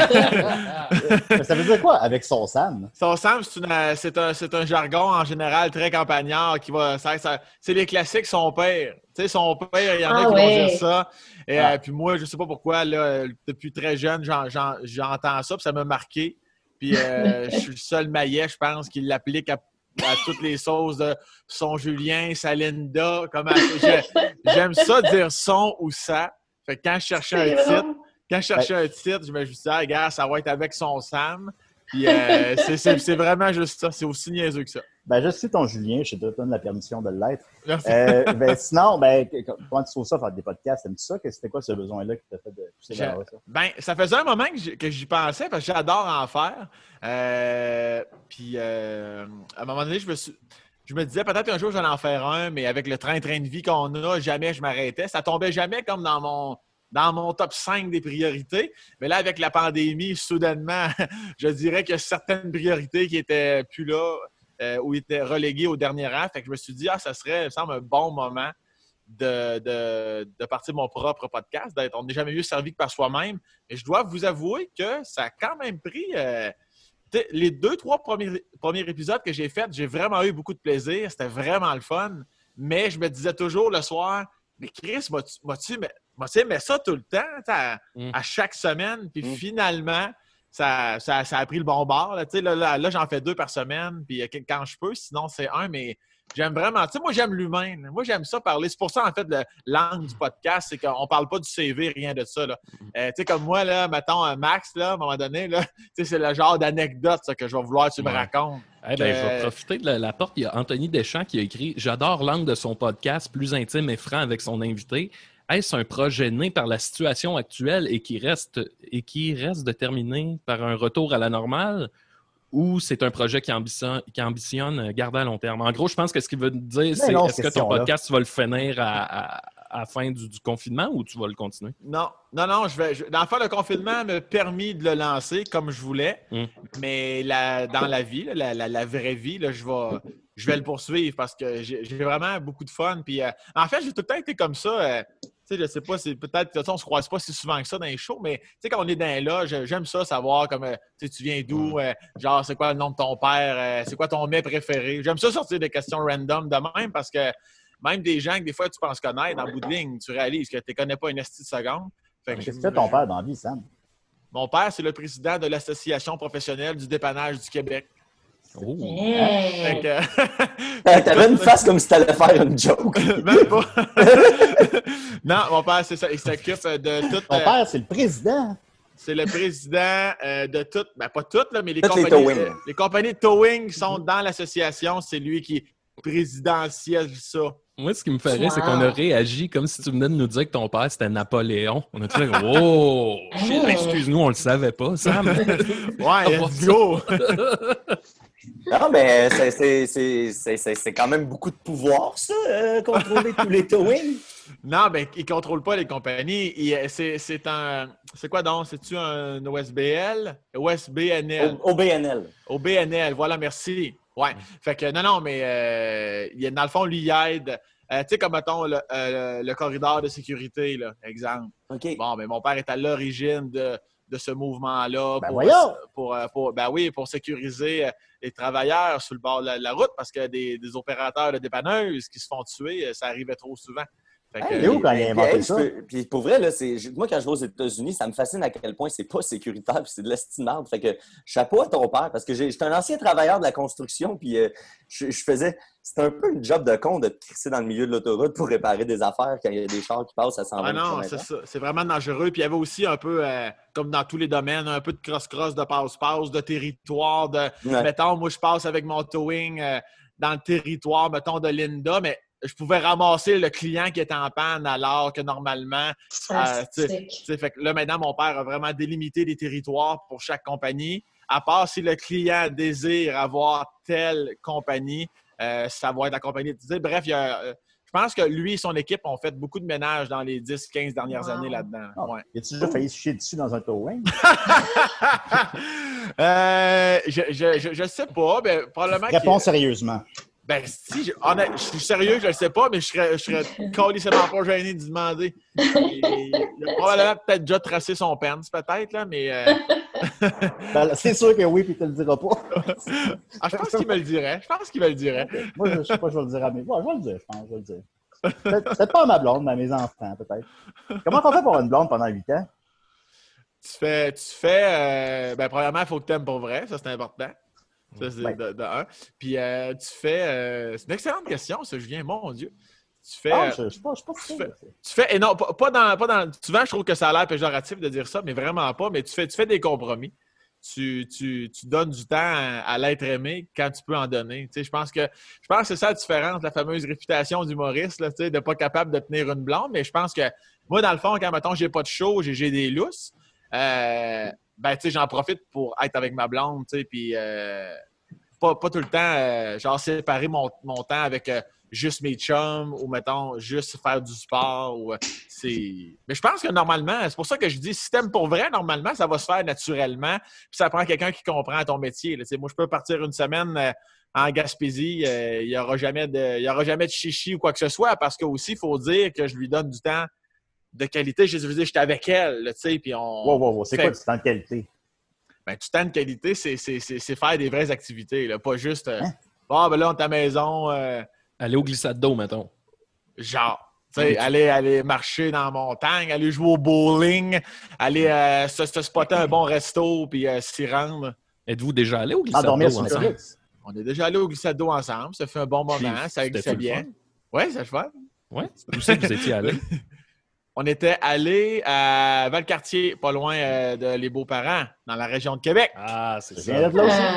Ça veut dire quoi, avec son Sam? Son Sam, c'est un jargon en général très campagnard qui va. C'est les classiques son père. Tu sais, son père, il y en a qui vont dire ça. Et puis moi, je sais pas pourquoi, là, depuis très jeune, j'entends ça, puis ça m'a marqué. Puis je suis le seul maillet, je pense, qui l'applique à toutes les sauces de son Julien, sa Linda. J'aime ça dire son ou ça. Fait que quand je cherchais un titre, je me suis dit, regarde, ça va être avec son Sam. Puis c'est vraiment juste ça. C'est aussi niaiseux que ça. Ben, je suis ton Julien, je te donne la permission de l'être. Sinon, comment tu trouves ça, faire des podcasts? Aimes-tu ça? C'était quoi ce besoin-là qui t'a fait de pousser vers ça? Ben, ça faisait un moment que j'y pensais parce que j'adore en faire. Puis, à un moment donné, je me disais peut-être un jour, j'allais en faire un, mais avec le train de vie qu'on a, jamais je m'arrêtais. Ça tombait jamais comme dans mon top 5 des priorités. Mais là, avec la pandémie, soudainement, je dirais qu'il y a certaines priorités qui étaient plus là ou étaient reléguées au dernier rang. Fait que je me suis dit, ça serait, il me semble, un bon moment de partir mon propre podcast. On n'est jamais mieux servi que par soi-même. Et je dois vous avouer que ça a quand même pris... les 2-3 premiers épisodes que j'ai faits, j'ai vraiment eu beaucoup de plaisir. C'était vraiment le fun. Mais je me disais toujours le soir, mais Chris, m'as-tu aimé ça tout le temps, à chaque semaine? Puis finalement, ça a pris le bon bord. Là, j'en fais 2 par semaine, puis quand je peux, sinon c'est 1, mais j'aime vraiment... Tu sais, moi, j'aime l'humain. Moi, j'aime ça parler. C'est pour ça, en fait, l'angle du podcast, c'est qu'on parle pas du CV, rien de ça. Tu sais, comme moi, là, mettons, Max, là, à un moment donné, là, c'est le genre d'anecdote ça, que je vais vouloir que tu me racontes. Je vais profiter de la porte. Il y a Anthony Deschamps qui a écrit « J'adore l'angle de son podcast, plus intime et franc avec son invité. Est-ce un projet né par la situation actuelle et qui reste déterminé par un retour à la normale ou c'est un projet qui ambitionne garder à long terme? » En gros, je pense que ce qu'il veut dire, c'est est-ce que ton podcast, tu vas le finir à la fin du confinement ou tu vas le continuer? Non. Dans le fond, le confinement m'a permis de le lancer comme je voulais, mais dans la vie, la vraie vie, là, je je vais le poursuivre parce que j'ai vraiment beaucoup de fun. Puis, en fait, j'ai tout le temps été comme ça. Tu sais, je sais pas, c'est peut-être, de toute façon, on se croise pas si souvent que ça dans les shows, mais tu sais, quand on est dans les loges, j'aime ça savoir comme, tu viens d'où, genre, c'est quoi le nom de ton père, c'est quoi ton mets préféré. J'aime ça sortir des questions random de même parce que même des gens que des fois tu penses connaître, en bout de ligne, tu réalises que tu ne connais pas une esti de seconde. Qu'est-ce que fait ton père dans la vie, Sam? Mon père, c'est le président de l'Association professionnelle du dépannage du Québec. Oh! T'avais une face comme si t'allais faire une joke. Même pas. Non, mon père, c'est ça. Il s'occupe de tout. Ton père, c'est le président. C'est le président de toutes, ben pas toutes, là, mais les compagnies de towing qui sont dans l'association. C'est lui qui présidentiel ça. Moi, ce qui me fait rire, c'est qu'on a réagi comme si tu venais de nous dire que ton père, c'était Napoléon. On a dit « Oh! Shit, excuse-nous, on le savait pas, Sam. » Ouais, let's go! Non, mais c'est quand même beaucoup de pouvoir, ça, contrôler tous les towings. Non, ben, il ne contrôle pas les compagnies. C'est un... C'est quoi donc? C'est-tu un OSBL? OSBNL. OBNL. OBNL, voilà, merci. Ouais. Fait que non, mais dans le fond, lui, il aide. Tu sais, comme mettons le corridor de sécurité, là, exemple. OK. Bon, mais mon père est à l'origine de ce mouvement-là pour sécuriser les travailleurs sur le bord de la route parce que des opérateurs de dépanneuses qui se font tuer, ça arrivait trop souvent. Il est où quand il a inventé ça? Puis pour vrai, là, moi, quand je vais aux États-Unis, ça me fascine à quel point c'est pas sécuritaire puis c'est de l'estimable. Fait que chapeau à ton père parce que j'étais un ancien travailleur de la construction puis je faisais... C'était un peu une job de con de te crisser dans le milieu de l'autoroute pour réparer des affaires quand il y a des chars qui passent à 120 km/h. Non, c'est ça. C'est vraiment dangereux. Puis il y avait aussi un peu, comme dans tous les domaines, un peu de cross-cross, de passe-passe, de territoire. Mettons, moi, je passe avec mon towing dans le territoire, mettons, de Linda, mais je pouvais ramasser le client qui était en panne alors que normalement... fait que là, maintenant, mon père a vraiment délimité des territoires pour chaque compagnie. À part si le client désire avoir telle compagnie, ça va être la compagnie. Bref, je pense que lui et son équipe ont fait beaucoup de ménage dans les 10-15 dernières années là-dedans. Oh. Ouais. As-tu déjà failli se chier dessus dans un towing? Je sais pas. Ben, probablement Réponds sérieusement. Ben, si, je suis sérieux, je le sais pas, mais je serais calissement pas gêné de demander. Il a probablement peut-être déjà tracé son pants, peut-être, là, mais... Ben, c'est sûr que oui, puis tu le diras pas. Je pense qu'il me le dirait. Moi, je sais pas, je vais le dire à mes... Ouais, je vais le dire, je pense, je vais le dire. Peut-être pas à ma blonde, mais à mes enfants, peut-être. Comment on fait pour avoir une blonde pendant 8 ans? Tu fais ben, premièrement, il faut que tu aimes pour vrai, ça, c'est important. Ça, c'est de un. Puis, tu fais... c'est une excellente question, ça, Julien, mon Dieu. Tu fais... je suis pas sûr. Tu fais... Et non, pas dans... Souvent, je trouve que ça a l'air péjoratif de dire ça, mais vraiment pas. Mais tu fais des compromis. Tu donnes du temps à l'être aimé quand tu peux en donner. Tu sais, je pense que c'est ça la différence, la fameuse réputation d'humoriste, là, tu sais, de pas capable de tenir une blonde. Mais je pense que moi, dans le fond, quand, mettons, j'ai pas de show, j'ai des lousses, ben, tu sais, j'en profite pour être avec ma blonde, tu sais, puis pas tout le temps, genre, séparer mon temps avec juste mes chums ou, mettons, juste faire du sport. Mais je pense que, normalement, c'est pour ça que je dis, si t'aimes pour vrai, normalement, ça va se faire naturellement, puis ça prend quelqu'un qui comprend ton métier, là. Tu sais, moi, je peux partir une semaine en Gaspésie, il n'y aura jamais de chichi ou quoi que ce soit, parce que aussi, il faut dire que je lui donne du temps de qualité. Je veux dire, j'étais avec elle, tu sais, puis on... Wow. C'est quoi du temps de qualité? Ben, du temps de qualité, c'est faire des vraies activités, là, pas juste... ben là, on est à la maison... aller au glissade d'eau, mettons. Genre, tu sais, aller marcher dans la montagne, aller jouer au bowling, aller se spotter un bon resto, puis s'y rendre. Êtes-vous déjà allé au glissade d'eau ensemble? On est déjà allé au glissade d'eau ensemble. Ça fait un bon moment, ça glissait bien. Oui, ça se fait. Oui? Où c'est que vous étiez allé? On était allé à Valcartier, pas loin de Les Beaux-Parents, dans la région de Québec. Ah, c'est ça. Il y a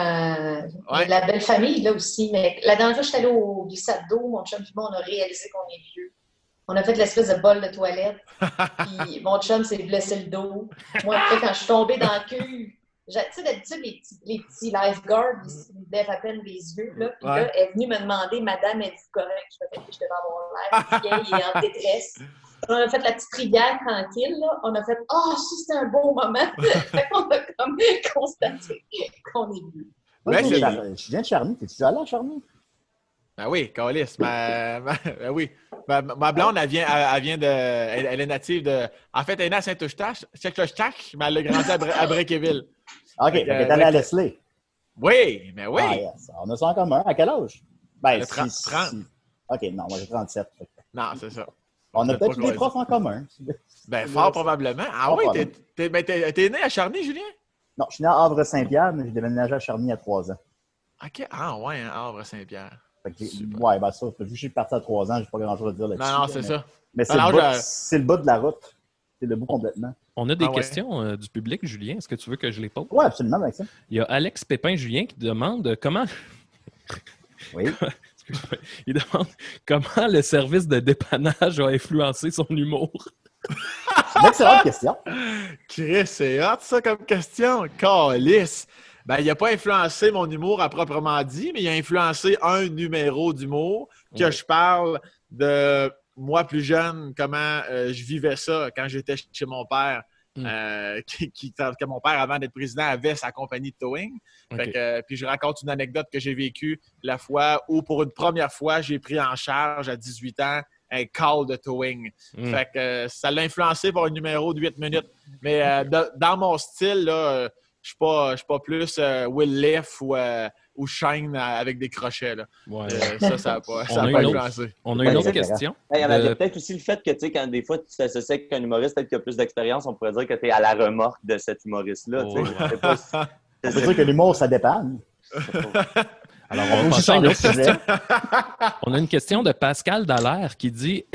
de la belle famille là aussi. Mais la dernière fois que je suis allée au glissade d'eau, mon chum et moi, on a réalisé qu'on est vieux. On a fait l'espèce de bol de toilette. Puis mon chum s'est blessé le dos. Moi, après, quand je suis tombée dans le cul, tu sais, d'habitude, les petits lifeguards, ils lèvent à peine les yeux. Là. Puis là, elle est venue me demander, madame, êtes-vous correct? Je me suis dit que j'étais dans mon l'air vieille et en détresse. On a fait la petite rivière tranquille, là. On a fait « Ah, si, c'était un bon moment! » On a comme constaté qu'on est venu. Je viens de Charny. T'es-tu allé à Charny? Ben oui, Calice. Ben oui. Ma blonde, elle est native de. En fait, elle est née à Saint-Eustache, mais elle a grandi à Breckeville. OK, fait qu'elle est allée à Leslie. Oui, mais oui. Ah, yes. On a ça en commun. À quel âge? Ben, 30. OK, non, moi j'ai 37. Non, c'est ça. On a peut-être pas des profs en commun. Ben, fort probablement. Ah oui, t'es né à Charny, Julien? Non, je suis né à Havre-Saint-Pierre, mais j'ai déménagé à Charny il y a 3 ans. OK. Ah ouais, hein, Havre-Saint-Pierre. Ouais, ben ça, vu que je suis parti à 3 ans, j'ai pas grand-chose à dire là-dessus. Non, c'est ça. Mais c'est le bout de la route. C'est le bout complètement. On a des questions du public, Julien. Est-ce que tu veux que je les pose? Oui, absolument, Maxime. Il y a Alex Pépin-Julien qui demande comment... Oui. Il demande comment le service de dépannage a influencé son humour. C'est une excellente question. Chris, c'est hot ça comme question. Calice. Ben, il n'a pas influencé mon humour à proprement dit, mais il a influencé un numéro d'humour que je parle de moi plus jeune, comment je vivais ça quand j'étais chez mon père. Que mon père, avant d'être président, avait sa compagnie de towing. Okay. Puis je raconte une anecdote que j'ai vécue la fois où, pour une première fois, j'ai pris en charge à 18 ans un call de towing. Fait que ça l'a influencé par un numéro de 8 minutes. Mais dans mon style, là, je suis pas plus Will Leff ou Shine avec des crochets. Là. Ouais. Ça n'a pas influencé. On a une autre question. Il y avait peut-être aussi le fait que, tu sais, quand des fois, tu t'associes avec un humoriste peut-être qui a plus d'expérience, on pourrait dire que tu es à la remorque de cet humoriste-là. Oh. On peut dire que l'humour, ça dépanne. Alors, on va passer à une autre question. On a une question de Pascal Dallaire qui dit...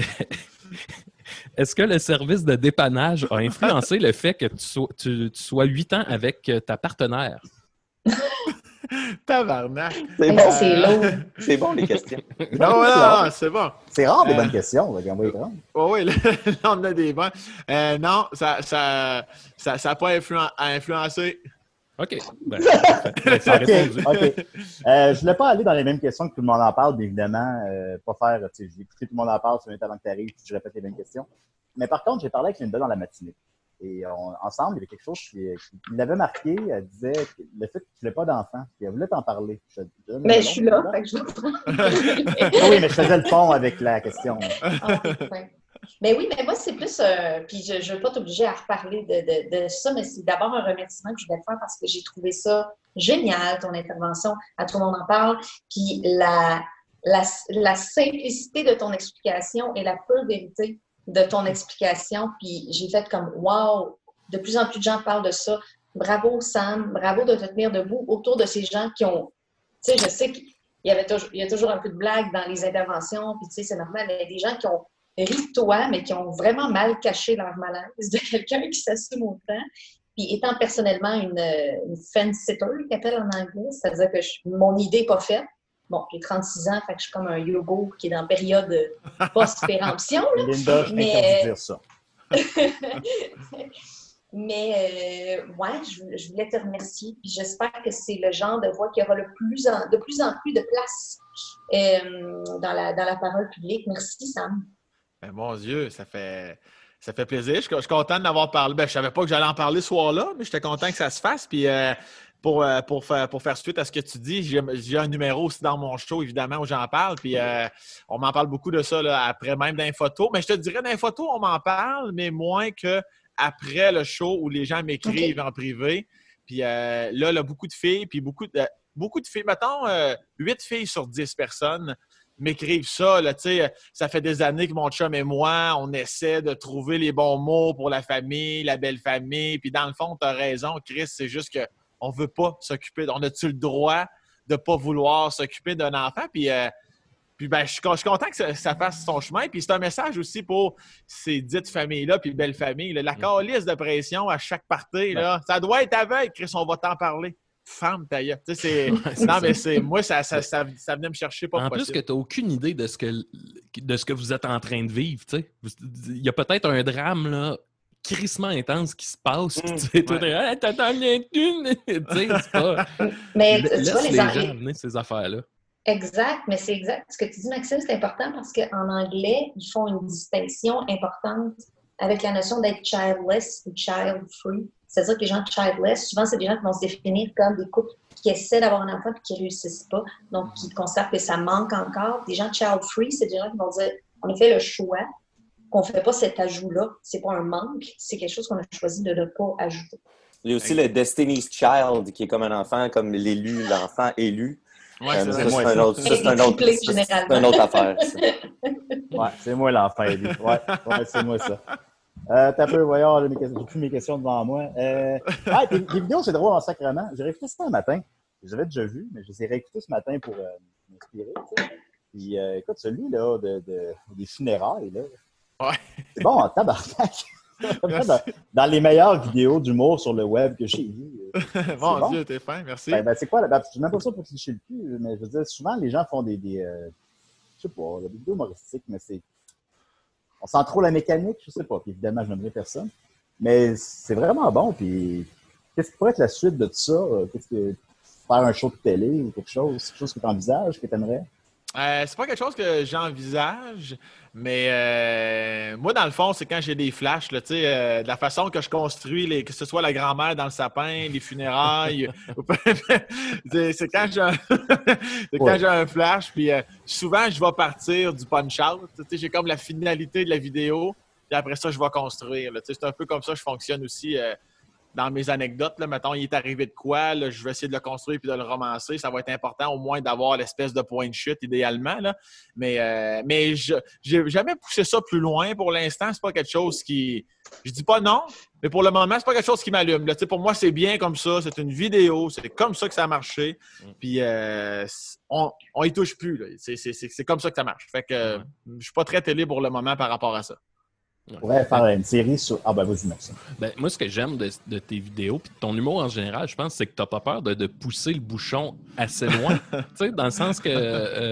Est-ce que le service de dépannage a influencé le fait que tu sois 8 ans avec ta partenaire? Tabarnak! C'est bon, c'est lourd. C'est bon, les questions. Non, c'est bon. C'est rare des bonnes questions. Oui, là, on a des bonnes. Non, ça n'a pas influencé. OK. Ça a répondu. OK. Je ne voulais pas aller dans les mêmes questions que tout le monde en parle, mais évidemment, pas faire, tu sais, j'ai écouté tout le monde en parle, c'est avant que tu arrives, je répète les mêmes questions. Mais par contre, j'ai parlé avec Linda dans la matinée. Et ensemble, il y avait quelque chose qui l'avait marqué. Elle disait que le fait que tu n'avais pas d'enfant, puis elle voulait t'en parler. Mais je suis là, fait que je vais prendre. Oui, mais je faisais le pont avec la question. Mais oui, mais moi, c'est plus... puis je ne veux pas t'obliger à reparler de ça, mais c'est d'abord un remerciement que je voulais faire parce que j'ai trouvé ça génial, ton intervention, à tout le monde en parle. Puis la simplicité de ton explication et la pure vérité de ton explication. Puis j'ai fait comme, wow, de plus en plus de gens parlent de ça. Bravo, Sam. Bravo de te tenir debout autour de ces gens qui ont... Tu sais, je sais qu'il y a toujours un peu de blague dans les interventions, puis tu sais, c'est normal, mais il y a des gens qui ont ri de toi, mais qui ont vraiment mal caché leur malaise de quelqu'un qui s'assume autant. Puis étant personnellement une fence-sitter, qu'ils appellent en anglais, c'est-à-dire que mon idée n'est pas faite. Bon, j'ai 36 ans, fait que je suis comme un yogo qui est dans période post-péremption. Linda, je t'interdis de dire ça. Mais ouais, je voulais te remercier. Puis j'espère que c'est le genre de voix qui aura de plus en plus de place dans la parole publique. Merci, Sam. Ben, mon Dieu, ça fait plaisir. Je suis content d'avoir parlé. Ben, je ne savais pas que j'allais en parler ce soir-là, mais j'étais content que ça se fasse. Puis pour faire suite à ce que tu dis, j'ai un numéro aussi dans mon show, évidemment, où j'en parle. Puis on m'en parle beaucoup de ça là, après même dans les photos. Mais je te dirais, dans les photos, on m'en parle, mais moins qu'après le show où les gens m'écrivent en privé. Puis là, beaucoup de filles, puis beaucoup de filles, mettons 8 filles sur 10 personnes m'écrivent ça. Là, ça fait des années que mon chum et moi, on essaie de trouver les bons mots pour la famille, la belle famille. Puis dans le fond, tu as raison, Chris, c'est juste qu'on ne veut pas s'occuper. On a-tu le droit de ne pas vouloir s'occuper d'un enfant? Puis ben, je suis content que ça fasse son chemin. Puis c'est un message aussi pour ces dites familles-là, puis belles familles. Là. La calice de pression à chaque partie, là, ça doit être avec, Chris, on va t'en parler. Femme, ta gueule. Non, mais moi, ça venait me chercher pas en possible. plus que tu n'as aucune idée de ce que vous êtes en train de vivre. Il y a peut-être un drame là, crissement intense qui se passe. T'attends bien une. C'est pas... Mais laisse tu vois, les gens amener ces affaires-là. Exact, mais c'est exact. Ce que tu dis, Maxime, c'est important parce qu'en anglais, ils font une distinction importante avec la notion d'être childless ou child-free. C'est-à-dire que les gens childless, souvent, c'est des gens qui vont se définir comme des couples qui essaient d'avoir un enfant et qui ne réussissent pas, donc qui constatent que ça manque encore. Des gens child-free, c'est des gens qui vont dire on a fait le choix qu'on ne fait pas cet ajout-là. C'est pas un manque, c'est quelque chose qu'on a choisi de ne pas ajouter. Il y a aussi le Destiny's Child, qui est comme un enfant, comme l'élu, l'enfant élu. Ouais, c'est une autre affaire. Ça. Ouais, c'est moi l'enfant élu. Ouais, c'est moi ça. T'as peu, voyons, j'ai plus mes questions devant moi. Tes vidéos, c'est drôle en sacrement. J'ai réécouté ça un matin. Je les avais déjà vues, mais je les ai réécoutées ce matin pour m'inspirer. Puis, écoute, celui-là des funérailles, là. Ouais. C'est bon en tabarnak. Dans les meilleures vidéos d'humour sur le web que j'ai vues. Mon Dieu, t'es fin, merci. C'est quoi? Je n'aime pas ça pour clicher le cul, mais je veux dire, souvent, les gens font je sais pas, des vidéos humoristiques, mais on sent trop la mécanique, je sais pas. Puis évidemment, je n'aimerais personne. Mais c'est vraiment bon. Puis qu'est-ce qui pourrait être la suite de tout ça? Faire un show de télé ou quelque chose que tu envisages, que tu aimerais? C'est pas quelque chose que j'envisage, mais moi, dans le fond, c'est quand j'ai des flashs, là, de la façon que je construis, que ce soit la grand-mère dans le sapin, les funérailles. C'est quand j'ai un flash, puis souvent, je vais partir du punch-out. J'ai comme la finalité de la vidéo, puis après ça, je vais construire. C'est un peu comme ça que je fonctionne aussi. Dans mes anecdotes, là, mettons, il est arrivé de quoi, là, je vais essayer de le construire puis de le romancer. Ça va être important au moins d'avoir l'espèce de point de chute, idéalement. Là. Mais je n'ai jamais poussé ça plus loin pour l'instant. C'est pas quelque chose qui... Je dis pas non, mais pour le moment, c'est pas quelque chose qui m'allume. Là. Pour moi, c'est bien comme ça. C'est une vidéo. C'est comme ça que ça a marché. Puis on y touche plus. Là. C'est comme ça que ça marche. Fait que je suis pas très télé pour le moment par rapport à ça. On pourrait faire une série sur... Ah ben vas-y, merci. Moi, ce que j'aime de tes vidéos puis de ton humour en général, je pense, c'est que tu n'as pas peur de pousser le bouchon assez loin. Dans le sens que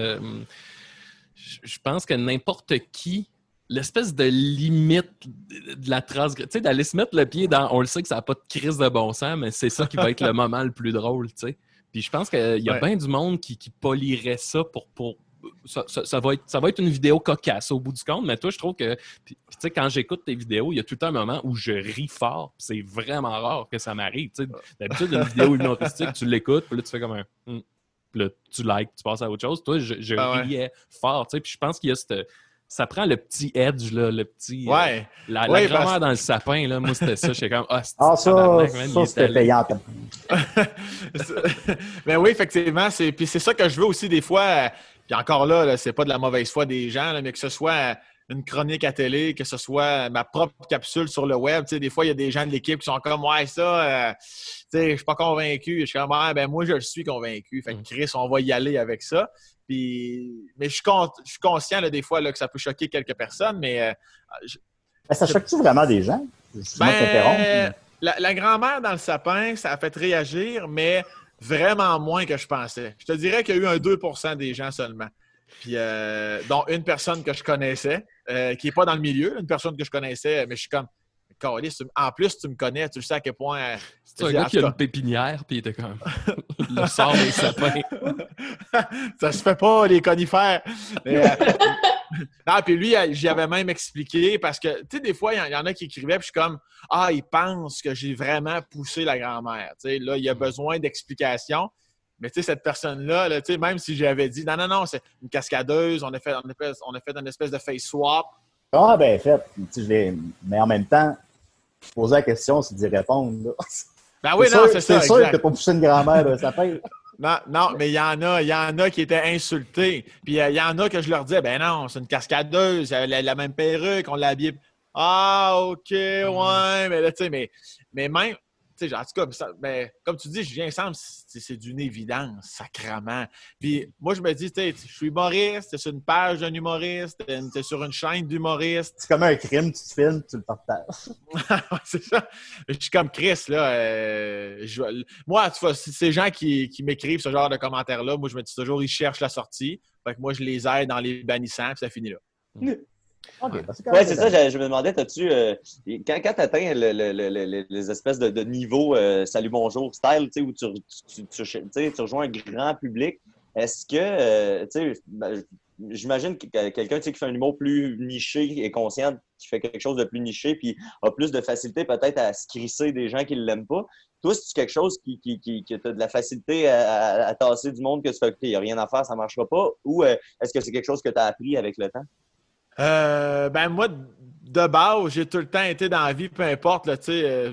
je pense que n'importe qui, l'espèce de limite de la transgression, tu sais, d'aller se mettre le pied dans... On le sait que ça n'a pas de crise de bon sens, mais c'est ça qui va être le moment le plus drôle, tu sais. Puis je pense qu'il y a bien du monde qui polirait ça pour ça va être une vidéo cocasse au bout du compte, mais toi, je trouve que, tu sais, quand j'écoute tes vidéos, il y a tout un moment où je ris fort. C'est vraiment rare que ça m'arrive. Tu sais, d'habitude, une vidéo humoristique, tu l'écoutes, puis là, tu fais comme un puis là, tu likes, tu passes à autre chose. Toi, je riais fort. Tu sais, puis je pense qu'il y a ça prend le petit edge, là, le petit... la grand-mère dans le sapin, là, moi, c'était ça. J'étais comme, ça c'était payant. Mais oui, effectivement. Puis c'est ça que je veux aussi des fois... Puis encore là, c'est pas de la mauvaise foi des gens, là, mais que ce soit une chronique à télé, que ce soit ma propre capsule sur le web. Tu sais, des fois, il y a des gens de l'équipe qui sont comme « Ouais, ça, tu sais, je suis pas convaincu. » Je suis comme « Ouais, ben moi, je le suis convaincu. » Fait que Chris, on va y aller avec ça. Puis, mais je suis conscient là, des fois là, que ça peut choquer quelques personnes, mais... ça choque-tu vraiment des gens? La grand-mère dans le sapin, ça a fait réagir, mais... Vraiment moins que je pensais. Je te dirais qu'il y a eu un 2% des gens seulement. Puis, dont une personne que je connaissais, qui n'est pas dans le milieu, une personne que je connaissais, mais je suis comme, en plus, tu me connais, tu le sais à quel point... C'est un gars qui a une pépinière, puis il était comme, le sort des sapins. Ça se fait pas, les conifères. Non, puis lui, j'y avais même expliqué parce que, tu sais, des fois, il y en a qui écrivaient, puis je suis comme, ils pensent que j'ai vraiment poussé la grand-mère. Tu sais, là, il y a besoin d'explications. Mais, tu sais, cette personne-là, là, tu sais, même si j'avais dit, non, c'est une cascadeuse, on a fait une espèce de face swap. Ah, ben, fait. Mais en même temps, poser la question, c'est d'y répondre. Là. Ben oui, non, c'est ça. C'est sûr que t'as pas poussé une grand-mère d'un sapin. Non, mais il y en a qui étaient insultés. Puis il y en a que je leur disais, ben non, c'est une cascadeuse, elle a la même perruque, on l'a habillée. Ah, OK, ouais, mais là, tu sais, mais même, tu sais, en tout cas, comme tu dis, Julien Sam, c'est d'une évidence, sacrement. Puis moi, je me dis, tu sais, je suis humoriste, c'est sur une page d'un humoriste, t'es sur une chaîne d'humoriste. C'est comme un crime, tu te filmes, tu le partages. C'est ça. Je suis comme Chris, là. Moi, tu vois, ces gens qui m'écrivent ce genre de commentaires-là, moi, je me dis toujours, ils cherchent la sortie. Fait que moi, je les aide en les bannissant, puis ça finit là. Okay, c'est ça, je me demandais, t'as-tu, quand tu atteins les espèces de niveaux salut bonjour style, où tu rejoins un grand public, est-ce que, j'imagine que quelqu'un qui fait un humour plus niché est conscient fait quelque chose de plus niché puis a plus de facilité peut-être à se crisser des gens qui ne l'aiment pas. Toi, c'est quelque chose que tu as de la facilité à tasser du monde que tu fais, OK, il n'y a rien à faire, ça ne marchera pas, ou est-ce que c'est quelque chose que tu as appris avec le temps? Ben moi, de base, j'ai tout le temps été dans la vie, peu importe, là, tu sais,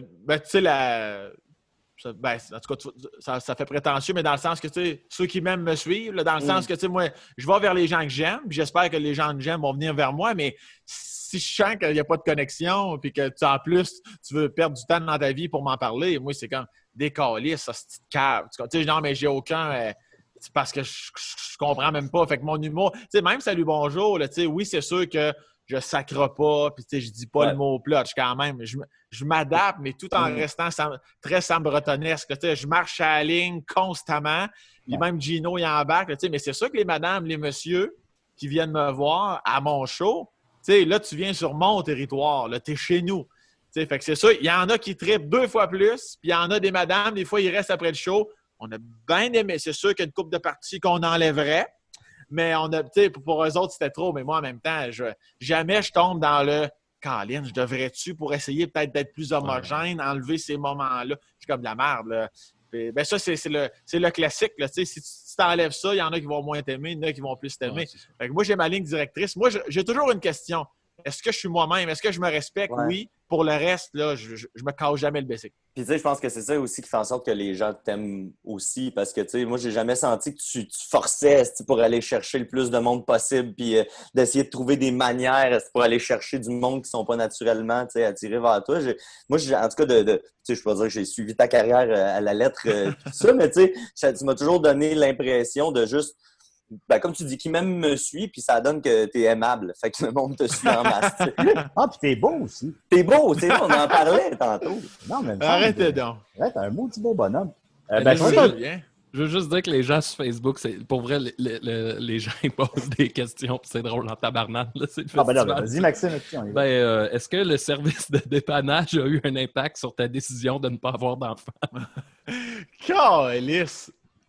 en tout cas, ça fait prétentieux, mais dans le sens que, tu sais, ceux qui m'aiment me suivent, là, dans le sens que, tu sais, moi, je vais vers les gens que j'aime, puis j'espère que les gens que j'aime vont venir vers moi, mais si je sens qu'il n'y a pas de connexion, puis que, en plus, tu veux perdre du temps dans ta vie pour m'en parler, moi, c'est comme des câlisses, ça, c'est une cave. Tu sais, non, mais j'ai aucun... c'est parce que je comprends même pas. Fait que mon humour... Tu sais, même salut, bonjour, là, tu sais, oui, c'est sûr que je sacre pas, puis tu sais, je dis pas le mot plot, quand même. Je m'adapte, mais tout en restant très Sam-Bretonesque. Tu sais, je marche à la ligne constamment, puis même Gino, il embarque. Tu sais, mais c'est sûr que les madames, les messieurs qui viennent me voir à mon show, tu sais, là, tu viens sur mon territoire, là, t'es chez nous. Tu sais, fait que c'est ça, il y en a qui trippent 2 fois plus, puis il y en a des madames, des fois, ils restent après le show. On a bien aimé. C'est sûr qu'il y a une couple de parties qu'on enlèverait, mais on a, tu sais, pour eux autres, c'était trop. Mais moi, en même temps, jamais je tombe dans le « Caroline, je devrais-tu pour essayer peut-être d'être plus homogène, enlever ces moments-là? » C'est comme de la merde, là. Puis, ben ça, c'est le classique, là. Tu sais, si tu t'enlèves ça, il y en a qui vont moins t'aimer, il y en a qui vont plus t'aimer. Fait que moi, j'ai ma ligne directrice. Moi, j'ai toujours une question. Est-ce que je suis moi-même? Est-ce que je me respecte? Oui. Pour le reste, là, je me casse jamais le basic. Puis, tu sais, je pense que c'est ça aussi qui fait en sorte que les gens t'aiment aussi. Parce que, tu sais, moi, j'ai jamais senti que tu forçais pour aller chercher le plus de monde possible. Puis, d'essayer de trouver des manières pour aller chercher du monde qui sont pas naturellement, tu sais, attirés vers toi. Moi, en tout cas, tu sais, je peux dire que j'ai suivi ta carrière à la lettre, tout ça. Mais, tu sais, tu m'as toujours donné l'impression de juste. Ben, comme tu dis, qui même me suit, puis ça donne que t'es aimable. Fait que le monde te suit en masse. Ah, puis t'es beau aussi. T'es beau, tu sais, on en parlait tantôt. Non, mais arrêtez donc. Ouais, t'es un maudit beau bonhomme. Je veux juste dire que les gens sur Facebook, pour vrai, les gens ils posent des questions, puis c'est drôle en tabarnane. Là, c'est le festival. Vas-y, Maxime. Est-ce que le service de dépannage a eu un impact sur ta décision de ne pas avoir d'enfant? Calisse!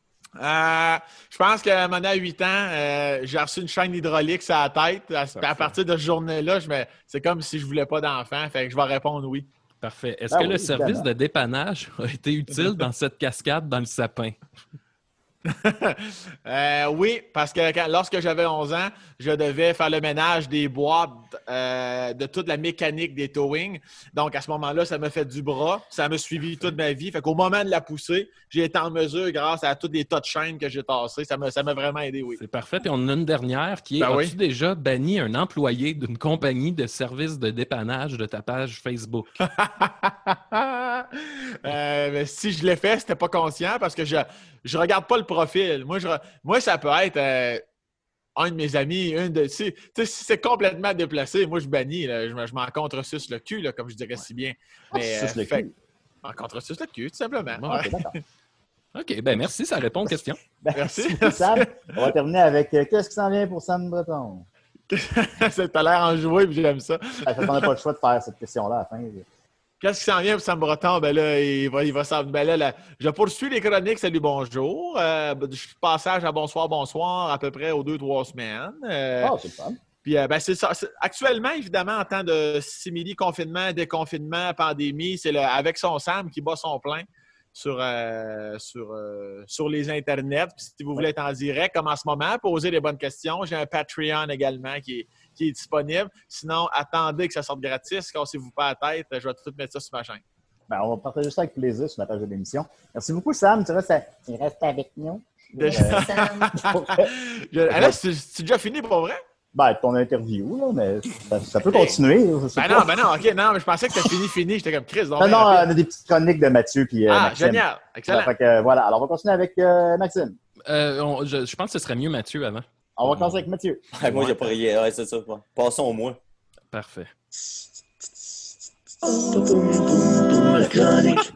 Je pense qu'à un moment donné, à 8 ans, j'ai reçu une chaîne hydraulique sur la tête. À partir de cette journée-là, c'est comme si je voulais pas d'enfant. Fait que je vais répondre oui. Parfait. Est-ce que le service de dépannage a été utile dans cette cascade dans le sapin? Oui, parce que lorsque j'avais 11 ans, je devais faire le ménage des boîtes de toute la mécanique des towing. Donc, à ce moment-là, ça m'a fait du bras. Ça m'a suivi toute ma vie. Fait qu'au moment de la poussée, j'ai été en mesure, grâce à toutes les tas de chaînes que j'ai tassées, ça m'a vraiment aidé, oui. C'est parfait. Puis on en a une dernière qui est, as-tu déjà banni un employé d'une compagnie de service de dépannage de ta page Facebook? Mais si je l'ai fait, c'était pas conscient parce que je regarde pas le profil. Moi, ça peut être un de mes amis, si c'est complètement déplacé, moi, je bannis. Là, je m'en contre-suce le cul, là, comme je dirais si bien. Mais en contre-suce le cul, tout simplement. Bon, okay, d'accord. OK, ben merci, ça répond aux questions. Merci. Sam, on va terminer avec qu'est-ce qui s'en vient pour Sam Breton? T'as l'air enjoué, puis j'aime ça. On n'a pas le choix de faire cette question-là à la fin. Qu'est-ce qui s'en vient pour Sam Breton? Ben là, il va s'en... Ben là, je poursuis les chroniques Salut Bonjour. Je passage à Bonsoir à peu près aux 2-3 semaines. C'est fun. Puis, ben, c'est ça. Actuellement, évidemment, en temps de simili, confinement, déconfinement, pandémie, c'est avec son Sam qui bat son plein sur les internets. Puis, si vous voulez être en direct, comme en ce moment, poser les bonnes questions. J'ai un Patreon également qui est disponible. Sinon, attendez que ça sorte gratis. Cassez-vous pas la tête. Je vais tout mettre ça sur ma chaîne. Ben, on va partager ça avec plaisir sur la page de l'émission. Merci beaucoup, Sam. Tu restes avec nous. Là, c'est déjà fini pour vrai? Ben, ton interview, là, mais ça peut continuer. Non, OK. Non, mais je pensais que c'était fini. J'étais comme Chris. Non, on a des petites chroniques de Mathieu puis Maxime. Génial. Excellent. Fait que, voilà. Alors, on va continuer avec Maxime. Je pense que ce serait mieux Mathieu avant. On va commencer avec Mathieu. Moi, il n'y a pas rien. Ouais, c'est ça. Passons au moins. Parfait. La chronique,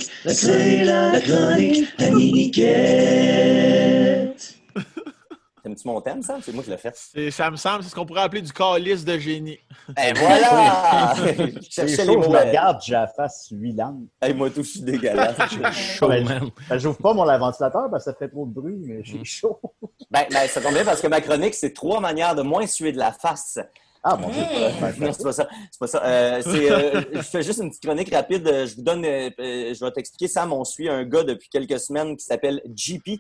c'est la chronique à Niquette. T'aimes-tu C'est-tu mon thème, ça? C'est moi qui l'ai fait. Ça me semble, c'est ce qu'on pourrait appeler du calice de génie. Ben voilà! Je C'est cherchais les chaud, je mots. me regarde, j'ai la face huilante. Hey, moi, tout, je suis dégueulasse. Chaud, Ben, man. j'ouvre pas mon ventilateur parce que ça fait trop de bruit, mais j'ai chaud. Ben, ça tombe bien parce que ma chronique, c'est 3 manières de moins suer de la face. Ah, mon Dieu. Non, c'est pas ça. C'est pas ça. Je fais juste une petite chronique rapide. Je vous donne, je vais t'expliquer. Sam, on suit un gars depuis quelques semaines qui s'appelle JP.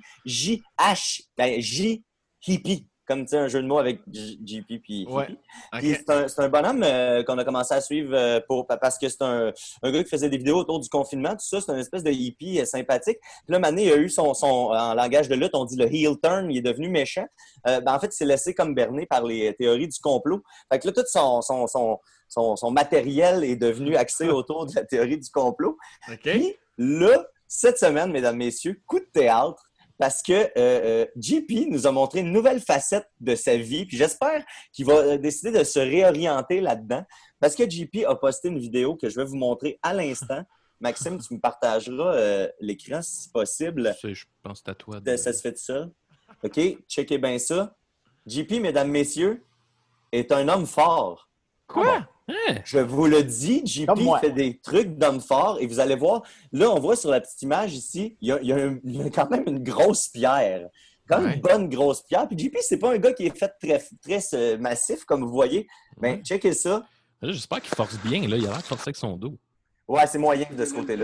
J-Hippie. Comme tu sais, un jeu de mots avec JP puis Hippie. Ouais. Puis OK. c'est un bonhomme qu'on a commencé à suivre parce que c'est un gars qui faisait des vidéos autour du confinement. Tout ça, c'est une espèce de hippie sympathique. Puis là, Mané, il a eu son en langage de lutte, on dit le heel turn. Il est devenu méchant. En fait, il s'est laissé comme berner par les théories du complot. Fait que là, tout son matériel est devenu axé autour de la théorie du complot. OK. Puis là, cette semaine, mesdames, messieurs, coup de théâtre. Parce que JP nous a montré une nouvelle facette de sa vie. Puis j'espère qu'il va décider de se réorienter là-dedans. Parce que JP a posté une vidéo que je vais vous montrer à l'instant. Maxime, tu me partageras l'écran si possible. Je pense que c'est à toi. Ça se fait tout seul. OK? Checkez bien ça. JP, mesdames, messieurs, est un homme fort. Quoi? Je vous le dis, JP fait des trucs d'homme fort et vous allez voir, là, on voit sur la petite image ici, il y a quand même une grosse pierre. Quand même une bonne grosse pierre. Puis JP, c'est pas un gars qui est fait très massif, comme vous voyez. Mais checkez ça. Là, j'espère qu'il force bien. Là. Il a l'air de forcer avec son dos. Ouais, c'est moyen de ce côté-là.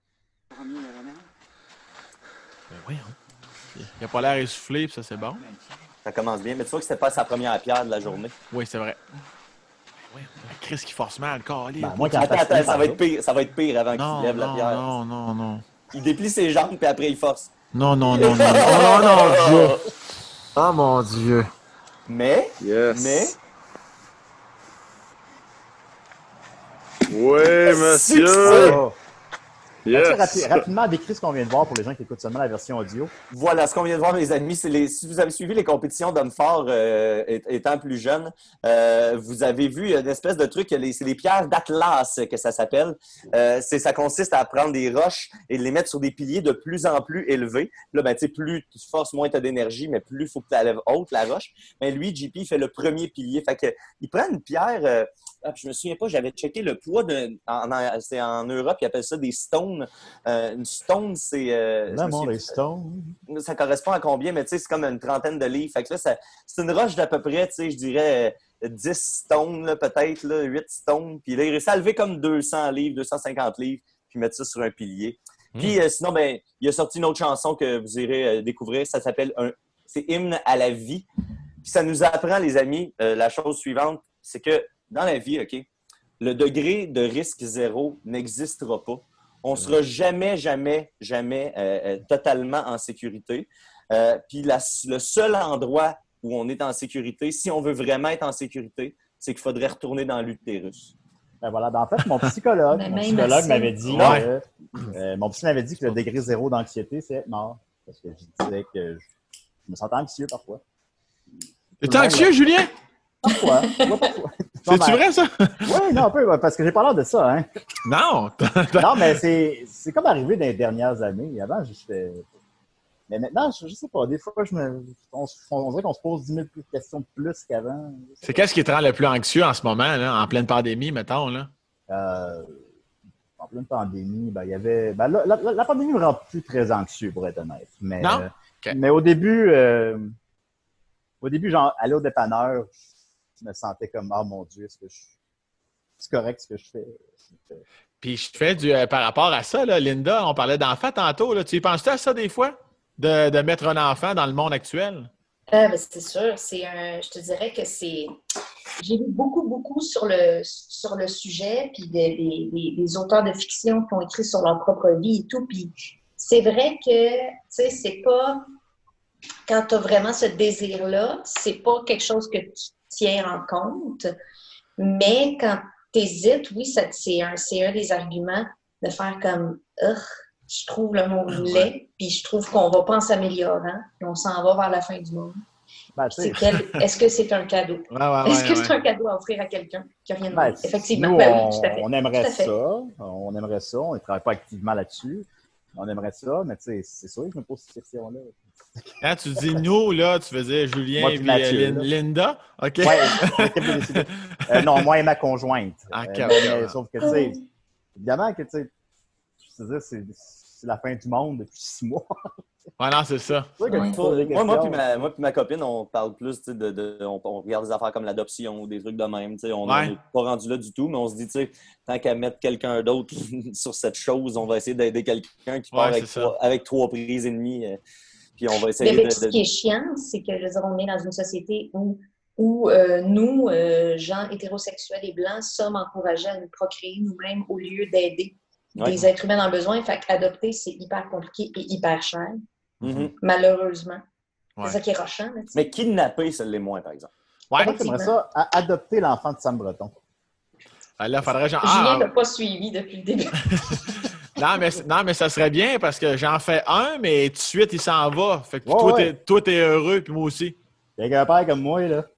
Voyons. Il a pas l'air essoufflé, puis ça, c'est bon. Ça commence bien. Mais tu vois que c'était pas sa première pierre de la journée. Oui, c'est vrai. Chris qui force mal, calé. Ben, moi, quand Attends, ça va être pire avant qu'il lève la pierre. Non. Il déplie ses jambes, puis après, il force. Non. Oh mon Dieu. Mais. Oui, monsieur! Rapidement décrit ce qu'on vient de voir pour les gens qui écoutent seulement la version audio. Voilà, ce qu'on vient de voir, mes amis, c'est si vous avez suivi les compétitions d'hommes forts étant plus jeune, vous avez vu une espèce de truc, c'est les pierres d'Atlas que ça s'appelle. Ça consiste à prendre des roches et les mettre sur des piliers de plus en plus élevés. Là, ben, tu sais, plus tu forces, moins tu as d'énergie, mais plus il faut que tu la lèves haute, la roche. Mais lui, JP, il fait le premier pilier. Fait que, il prend une pierre... je me souviens pas, j'avais checké le poids c'est en Europe, ils appellent ça des stones. Une stone, c'est... les stones. Ça correspond à combien, mais tu sais, c'est comme une trentaine de livres. Fait que là, c'est une roche d'à peu près, tu sais, je dirais 10 stones, là, peut-être, là, 8 stones. Puis là, il réussit à lever comme 200 livres, 250 livres, puis mettre ça sur un pilier. Puis sinon, ben, il a sorti une autre chanson que vous irez découvrir. Ça s'appelle c'est Hymne à la vie. Puis ça nous apprend, les amis, la chose suivante, c'est que dans la vie, OK, le degré de risque zéro n'existera pas. On ne sera jamais totalement en sécurité. Puis le seul endroit où on est en sécurité, si on veut vraiment être en sécurité, c'est qu'il faudrait retourner dans l'utérus. Ben voilà. En fait, mon psychologue m'avait dit mon psy m'avait dit que le degré zéro d'anxiété, c'est être mort. Parce que je disais que je me sentais anxieux parfois. T'es anxieux, Julien? Parfois. C'est-tu vrai, ça? Oui, non, un peu, parce que j'ai pas l'air de ça, hein. Non! Non, mais c'est comme arrivé dans les dernières années. Avant, j'étais... Mais maintenant, je sais pas, des fois, on dirait qu'on se pose 10 000 questions de plus qu'avant. C'est qu'est-ce qui te rend le plus anxieux en ce moment, là, en pleine pandémie, mettons, là? En pleine pandémie, ben, il y avait... Ben, la pandémie me rend plus très anxieux, pour être honnête. Mais, non? Okay. Mais au début, genre, aller au dépanneur, je me sentais comme, ah mon Dieu, c'est correct ce que je fais? Puis je fais par rapport à ça, là, Linda, on parlait d'enfants tantôt, là, tu y penses-tu à ça des fois? De mettre un enfant dans le monde actuel? Ben, c'est sûr. Je te dirais que c'est... J'ai lu beaucoup sur le sujet, puis des auteurs de fiction qui ont écrit sur leur propre vie et tout. Puis c'est vrai que, tu sais, c'est pas... Quand tu as vraiment ce désir-là, c'est pas quelque chose que tu tiens en compte. Mais quand tu hésites, oui, c'est un des arguments de faire comme je trouve le monde laid, puis je trouve qu'on va pas en s'améliorant, puis on s'en va vers la fin du monde. Ben, est-ce que c'est un cadeau? Est-ce que c'est un cadeau à offrir à quelqu'un qui n'a rien demandé? Effectivement, nous, tout à fait. On aimerait ça, on ne travaille pas activement là-dessus. On aimerait ça, mais tu sais, c'est sûr que je me pose cette question-là. Quand tu dis nous, là, tu faisais Julien Moi et puis Mathieu, là. Linda? OK. Ouais, l'équipe de décider. Non, moi et ma conjointe. Ok, Mais sauf que, tu sais, évidemment que, tu sais, je veux dire, c'est la fin du monde depuis 6 mois. Ouais, non, c'est ça. C'est sûr que tu te poses des Moi questions. puis ma copine, on parle plus on regarde des affaires comme l'adoption ou des trucs de même. On Ouais. n'est pas rendu là du tout, mais on se dit, tu sais, tant qu'à mettre quelqu'un d'autre sur cette chose, on va essayer d'aider quelqu'un qui part Ouais, c'est avec 3 prises et demie. Puis on va essayer Mais ce qui est chiant, c'est que, je veux dire, on est dans une société où nous, gens hétérosexuels et blancs, sommes encouragés à nous procréer nous-mêmes au lieu d'aider des êtres humains en besoin. Fait qu'adopter, c'est hyper compliqué et hyper cher, malheureusement. Ouais. C'est ça qui est rochant. Là, Mais kidnapper, ça l'est moins, par exemple. Ouais. Moi, j'aimerais ça, adopter l'enfant de Sam Breton. Là, faudrait genre. Julien n'a pas suivi depuis le début. Non, mais ça serait bien parce que j'en fais un, mais tout de suite, il s'en va. Fait que Ouais, toi, t'es heureux, puis moi aussi. Il y a un père comme moi, là.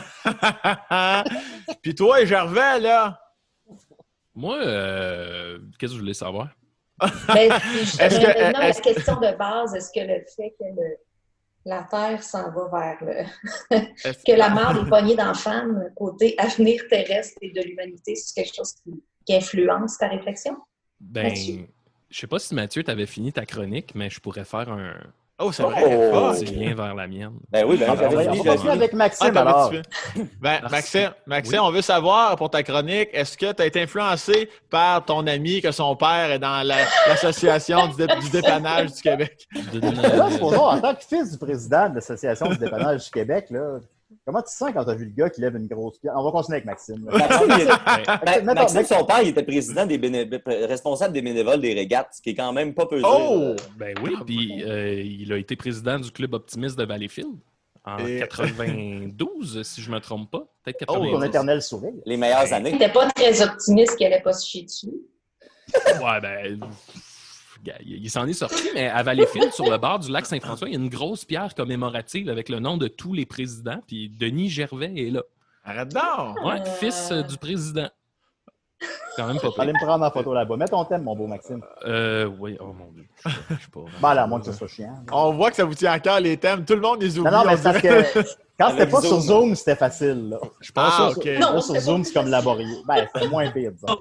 Puis toi, Gervais, là. Moi, qu'est-ce que je voulais savoir? Ben, la question de base, est-ce que le fait que la Terre s'en va vers que la mort des poignées d'enfants, côté avenir terrestre et de l'humanité, c'est quelque chose qui influence ta réflexion? Ben, Mathieu. je sais pas si Mathieu, t'avais fini ta chronique, mais je pourrais faire un Oh, c'est vrai. petit lien vers la mienne. Ben oui, On va continuer avec Maxime, alors. Ben, Maxime, on veut savoir pour ta chronique, est-ce que tu as été influencé par ton ami que son père est dans l'association du dépannage du Québec? Là, supposons, en tant que fils du président de l'Association du dépannage du Québec, là, comment tu te sens quand tu as vu le gars qui lève une grosse pierre? On va continuer avec Maxime. Maxime, son père, il était président responsable des bénévoles des régates, ce qui est quand même pas peu. Oh! Ben oui, puis il a été président du club optimiste de Valleyfield en 92, si je me trompe pas. Peut-être 90. Ton éternel sourire. Les meilleures années. Il n'était pas très optimiste qu'il n'allait pas se chier dessus. Ouais, ben... Il s'en est sorti, mais à Valleyfield, sur le bord du lac Saint-François, il y a une grosse pierre commémorative avec le nom de tous les présidents, puis Denis Gervais est là. Arrête donc! Ouais, fils du président. Quand même pas Allez me prendre en photo là-bas. Mets ton thème, mon beau Maxime. Oui, oh mon Dieu. Je sais pas. Ben là, à moins que ce soit chiant. On voit que ça vous tient à cœur, les thèmes. Tout le monde les oublie. Non, mais on c'est parce dirait. que quand c'était pas sur Zoom, c'était facile. Là. Je pense Ah, que OK. Là, sur Zoom, c'est comme laborieux. Ben, c'est moins pire, disons.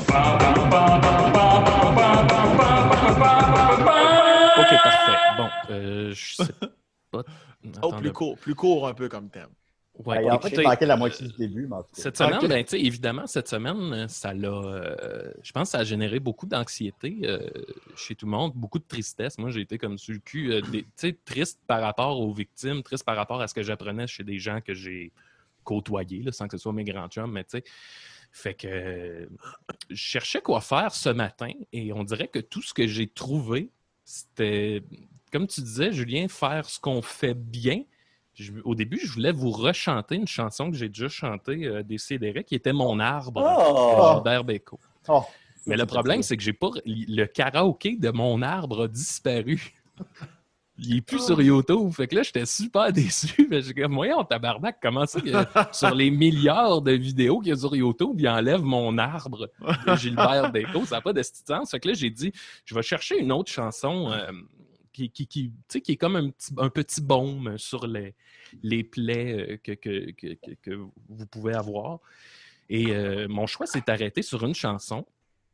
OK, parfait. Bon, je sais pas. Oh, Attendez. plus court un peu comme thème. Ouais, Ben, en fait, écoutez, il manquait la moitié du début, mais en tout cas. cette semaine, Ok. ben, tu sais, évidemment, cette semaine, ça l'a. Je pense que ça a généré beaucoup d'anxiété chez tout le monde, beaucoup de tristesse. Moi, j'ai été comme sur le cul, tu sais, triste par rapport aux victimes, triste par rapport à ce que j'apprenais chez des gens que j'ai côtoyés, là, sans que ce soit mes grands chums, mais tu sais. Fait que je cherchais quoi faire ce matin et on dirait que tout ce que j'ai trouvé, c'était, comme tu disais, Julien, faire ce qu'on fait bien. Au début, je voulais vous rechanter une chanson que j'ai déjà chantée des CDR, qui était Mon arbre, de Gilbert Bécaud. Oh, Mais le problème, c'est que j'ai pas le karaoké de Mon arbre a disparu. Il est plus sur YouTube. Fait que là, j'étais super déçu. Mais j'ai comme, voyons, tabarnak, comment ça, sur les milliards de vidéos qu'il y a sur YouTube, il enlève Mon arbre de Gilbert Bécaud. Ça n'a pas de sens. Fait que là, j'ai dit, je vais chercher une autre chanson qui est comme un petit baume sur les plaies que vous pouvez avoir. Et mon choix s'est arrêté sur une chanson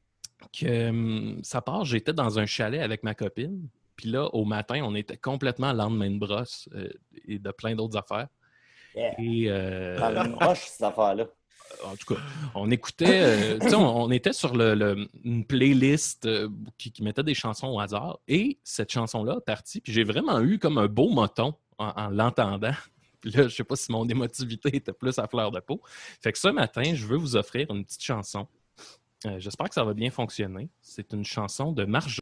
que ça part, j'étais dans un chalet avec ma copine. Puis là, au matin, on était complètement lendemain de brosse et de plein d'autres affaires. Yeah. Et Dans une roche, cette affaire-là. en tout cas, on écoutait, on était sur une playlist qui mettait des chansons au hasard. Et cette chanson-là, partie, puis j'ai vraiment eu comme un beau moton en l'entendant. Puis là, je sais pas si mon émotivité était plus à fleur de peau. Fait que ce matin, je veux vous offrir une petite chanson. J'espère que ça va bien fonctionner. C'est une chanson de Marjo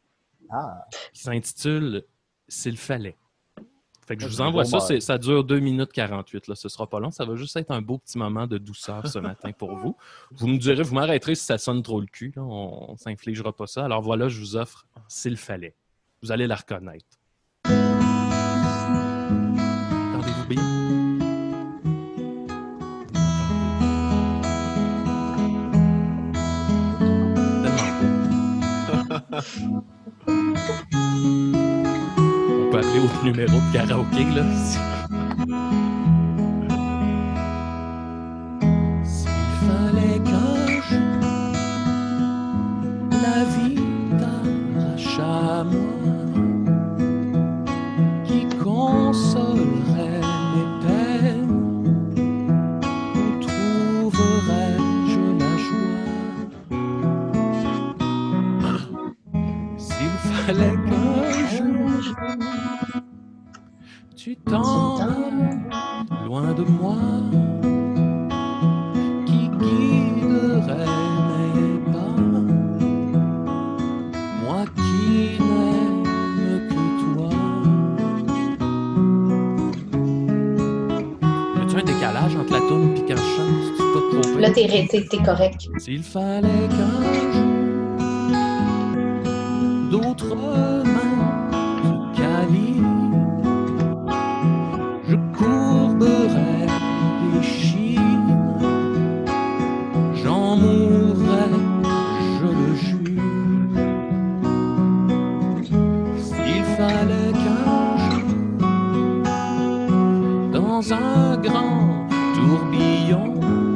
qui s'intitule « S'il fallait ». Fait que je vous envoie ça. Ça dure 2 minutes 48. Là. Ce sera pas long. Ça va juste être un beau petit moment de douceur ce matin pour vous. Vous me direz, vous m'arrêterez si ça sonne trop le cul. Là. On ne s'infligera pas ça. Alors voilà, je vous offre « S'il fallait ». Vous allez la reconnaître. Entendez-vous bien? On peut appeler au numéro de karaoké, là. S'il fallait qu'un jour la vie t'arrache à moi, qui consolerait mes peines, où trouverais-je la joie? S'il fallait qu'un jour tu t'en vas loin de moi, qui guiderait mes pas, moi qui n'aime que toi. Y a-tu un décalage entre la toune et quand je chante? C'est pas trop Là, pire? t'es correct. S'il fallait qu'un jour d'autres mains se câlinent, je courberais les chines, j'en mourrais, je le jure. S'il fallait qu'un jour, dans un grand tourbillon,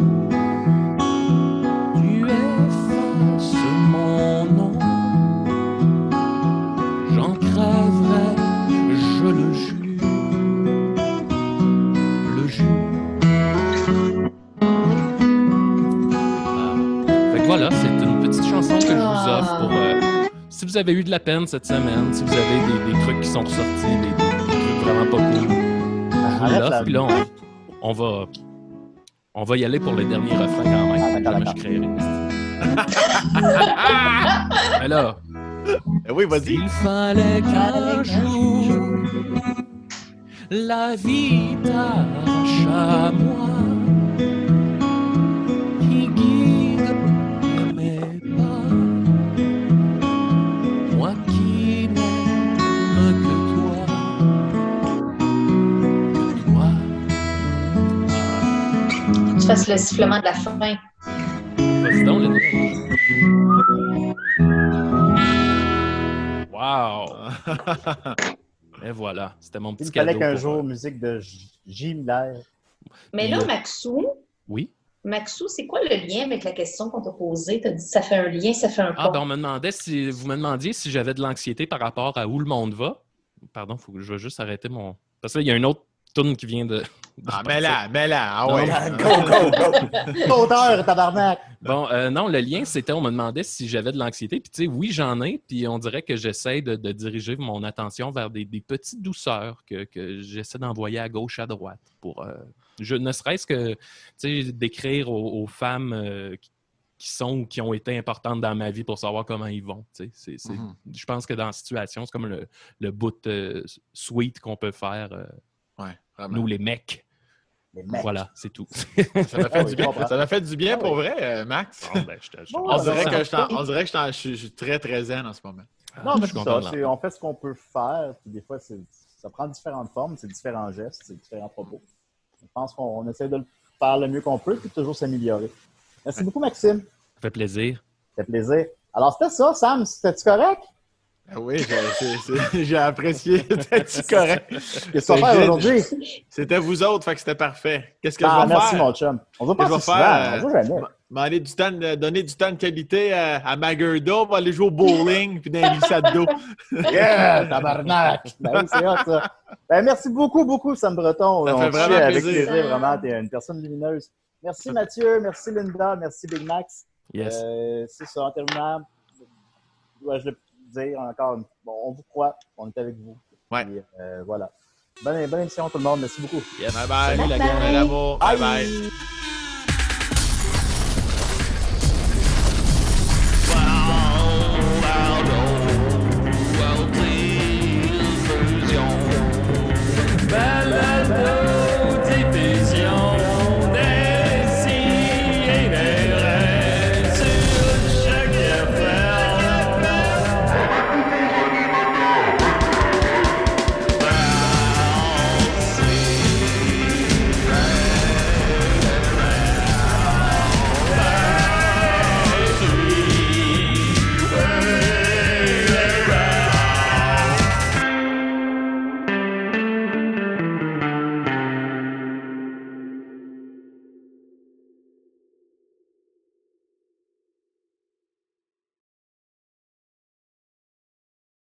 tu effaces mon nom, j'en crèverais, je le jure. Le jure. Fait que voilà, c'est une petite chanson que je vous offre pour si vous avez eu de la peine cette semaine, si vous avez des trucs qui sont ressortis, des trucs vraiment pas cool. Je vous l'offre, puis là, on va y aller pour le dernier refrain quand même. Jamais je créerai. Mais là, Oui, vas-y. s'il fallait qu'un jour la vie t'arrache à moi, qui guide mes pas, moi qui n'aime que toi. Tu fasses le sifflement de la fin. Vas-y donc, wow! Et voilà, c'était mon petit Il cadeau. fallait qu'un pour, jour, musique de J. Miller. Mais là, Maxou, Oui? c'est quoi le lien avec la question qu'on t'a posée? T'as dit ça fait un lien, ça fait un pont. Ah, ben on me demandait vous me demandiez si j'avais de l'anxiété par rapport à où le monde va. Pardon, faut que je vais juste arrêter mon. Parce que là, il y a une autre tourne qui vient de. Ah, mets-la. Ah Non, ouais. Go, go, go! Auteur, tabarnak! Bon, non, le lien, c'était, on me demandait si j'avais de l'anxiété. Puis, tu sais, oui, j'en ai. Puis, on dirait que j'essaie de diriger mon attention vers des petites douceurs que j'essaie d'envoyer à gauche, à droite. Pour, ne serait-ce que, tu sais, d'écrire aux femmes qui sont ou qui ont été importantes dans ma vie pour savoir comment ils vont. Tu sais, je pense que dans la situation, c'est comme le bout sweet qu'on peut faire, Ouais, vraiment. nous, les mecs. Les mecs. Voilà, c'est tout. Ça m'a fait du bien. Ça m'a fait du bien pour vrai, Max. Bon, ben, On dirait que je suis très, très zen en ce moment. Non, mais je suis c'est content ça. de On fait ce qu'on peut faire. Puis des fois, ça prend différentes formes, c'est différents gestes, c'est différents propos. Je pense qu'on essaie de le faire le mieux qu'on peut puis toujours s'améliorer. Merci beaucoup, Maxime. Ça fait plaisir. Ça fait plaisir. Alors, c'était ça, Sam. C'était-tu correct? Ah oui, j'ai apprécié. C'était correct. Qu'est-ce qu'on va faire aujourd'hui? C'était vous autres, fait que c'était parfait. Qu'est-ce que je vais merci, faire? mon chum. On va pas Je vais souvent. faire, On va jamais. donner du temps de qualité à Magurdo. On va aller jouer au bowling puis dans les glissades d'eau. Yeah! Tabarnak! Ben oui, c'est hot, ça. Ben, merci beaucoup, Sam Breton. Ça fait On te vraiment suit avec plaisir. Vraiment, t'es une personne lumineuse. Merci, Mathieu. Merci, Linda. Merci, Big Max. Yes. C'est ça, en terminant. Dois-je le dire encore? Bon, on vous croit. On est avec vous. Ouais. Et, voilà. Bonne émission, tout le monde. Merci beaucoup. Yes. Bye bye. Salut la gang. Bye l'amour. Bye bye. Bye.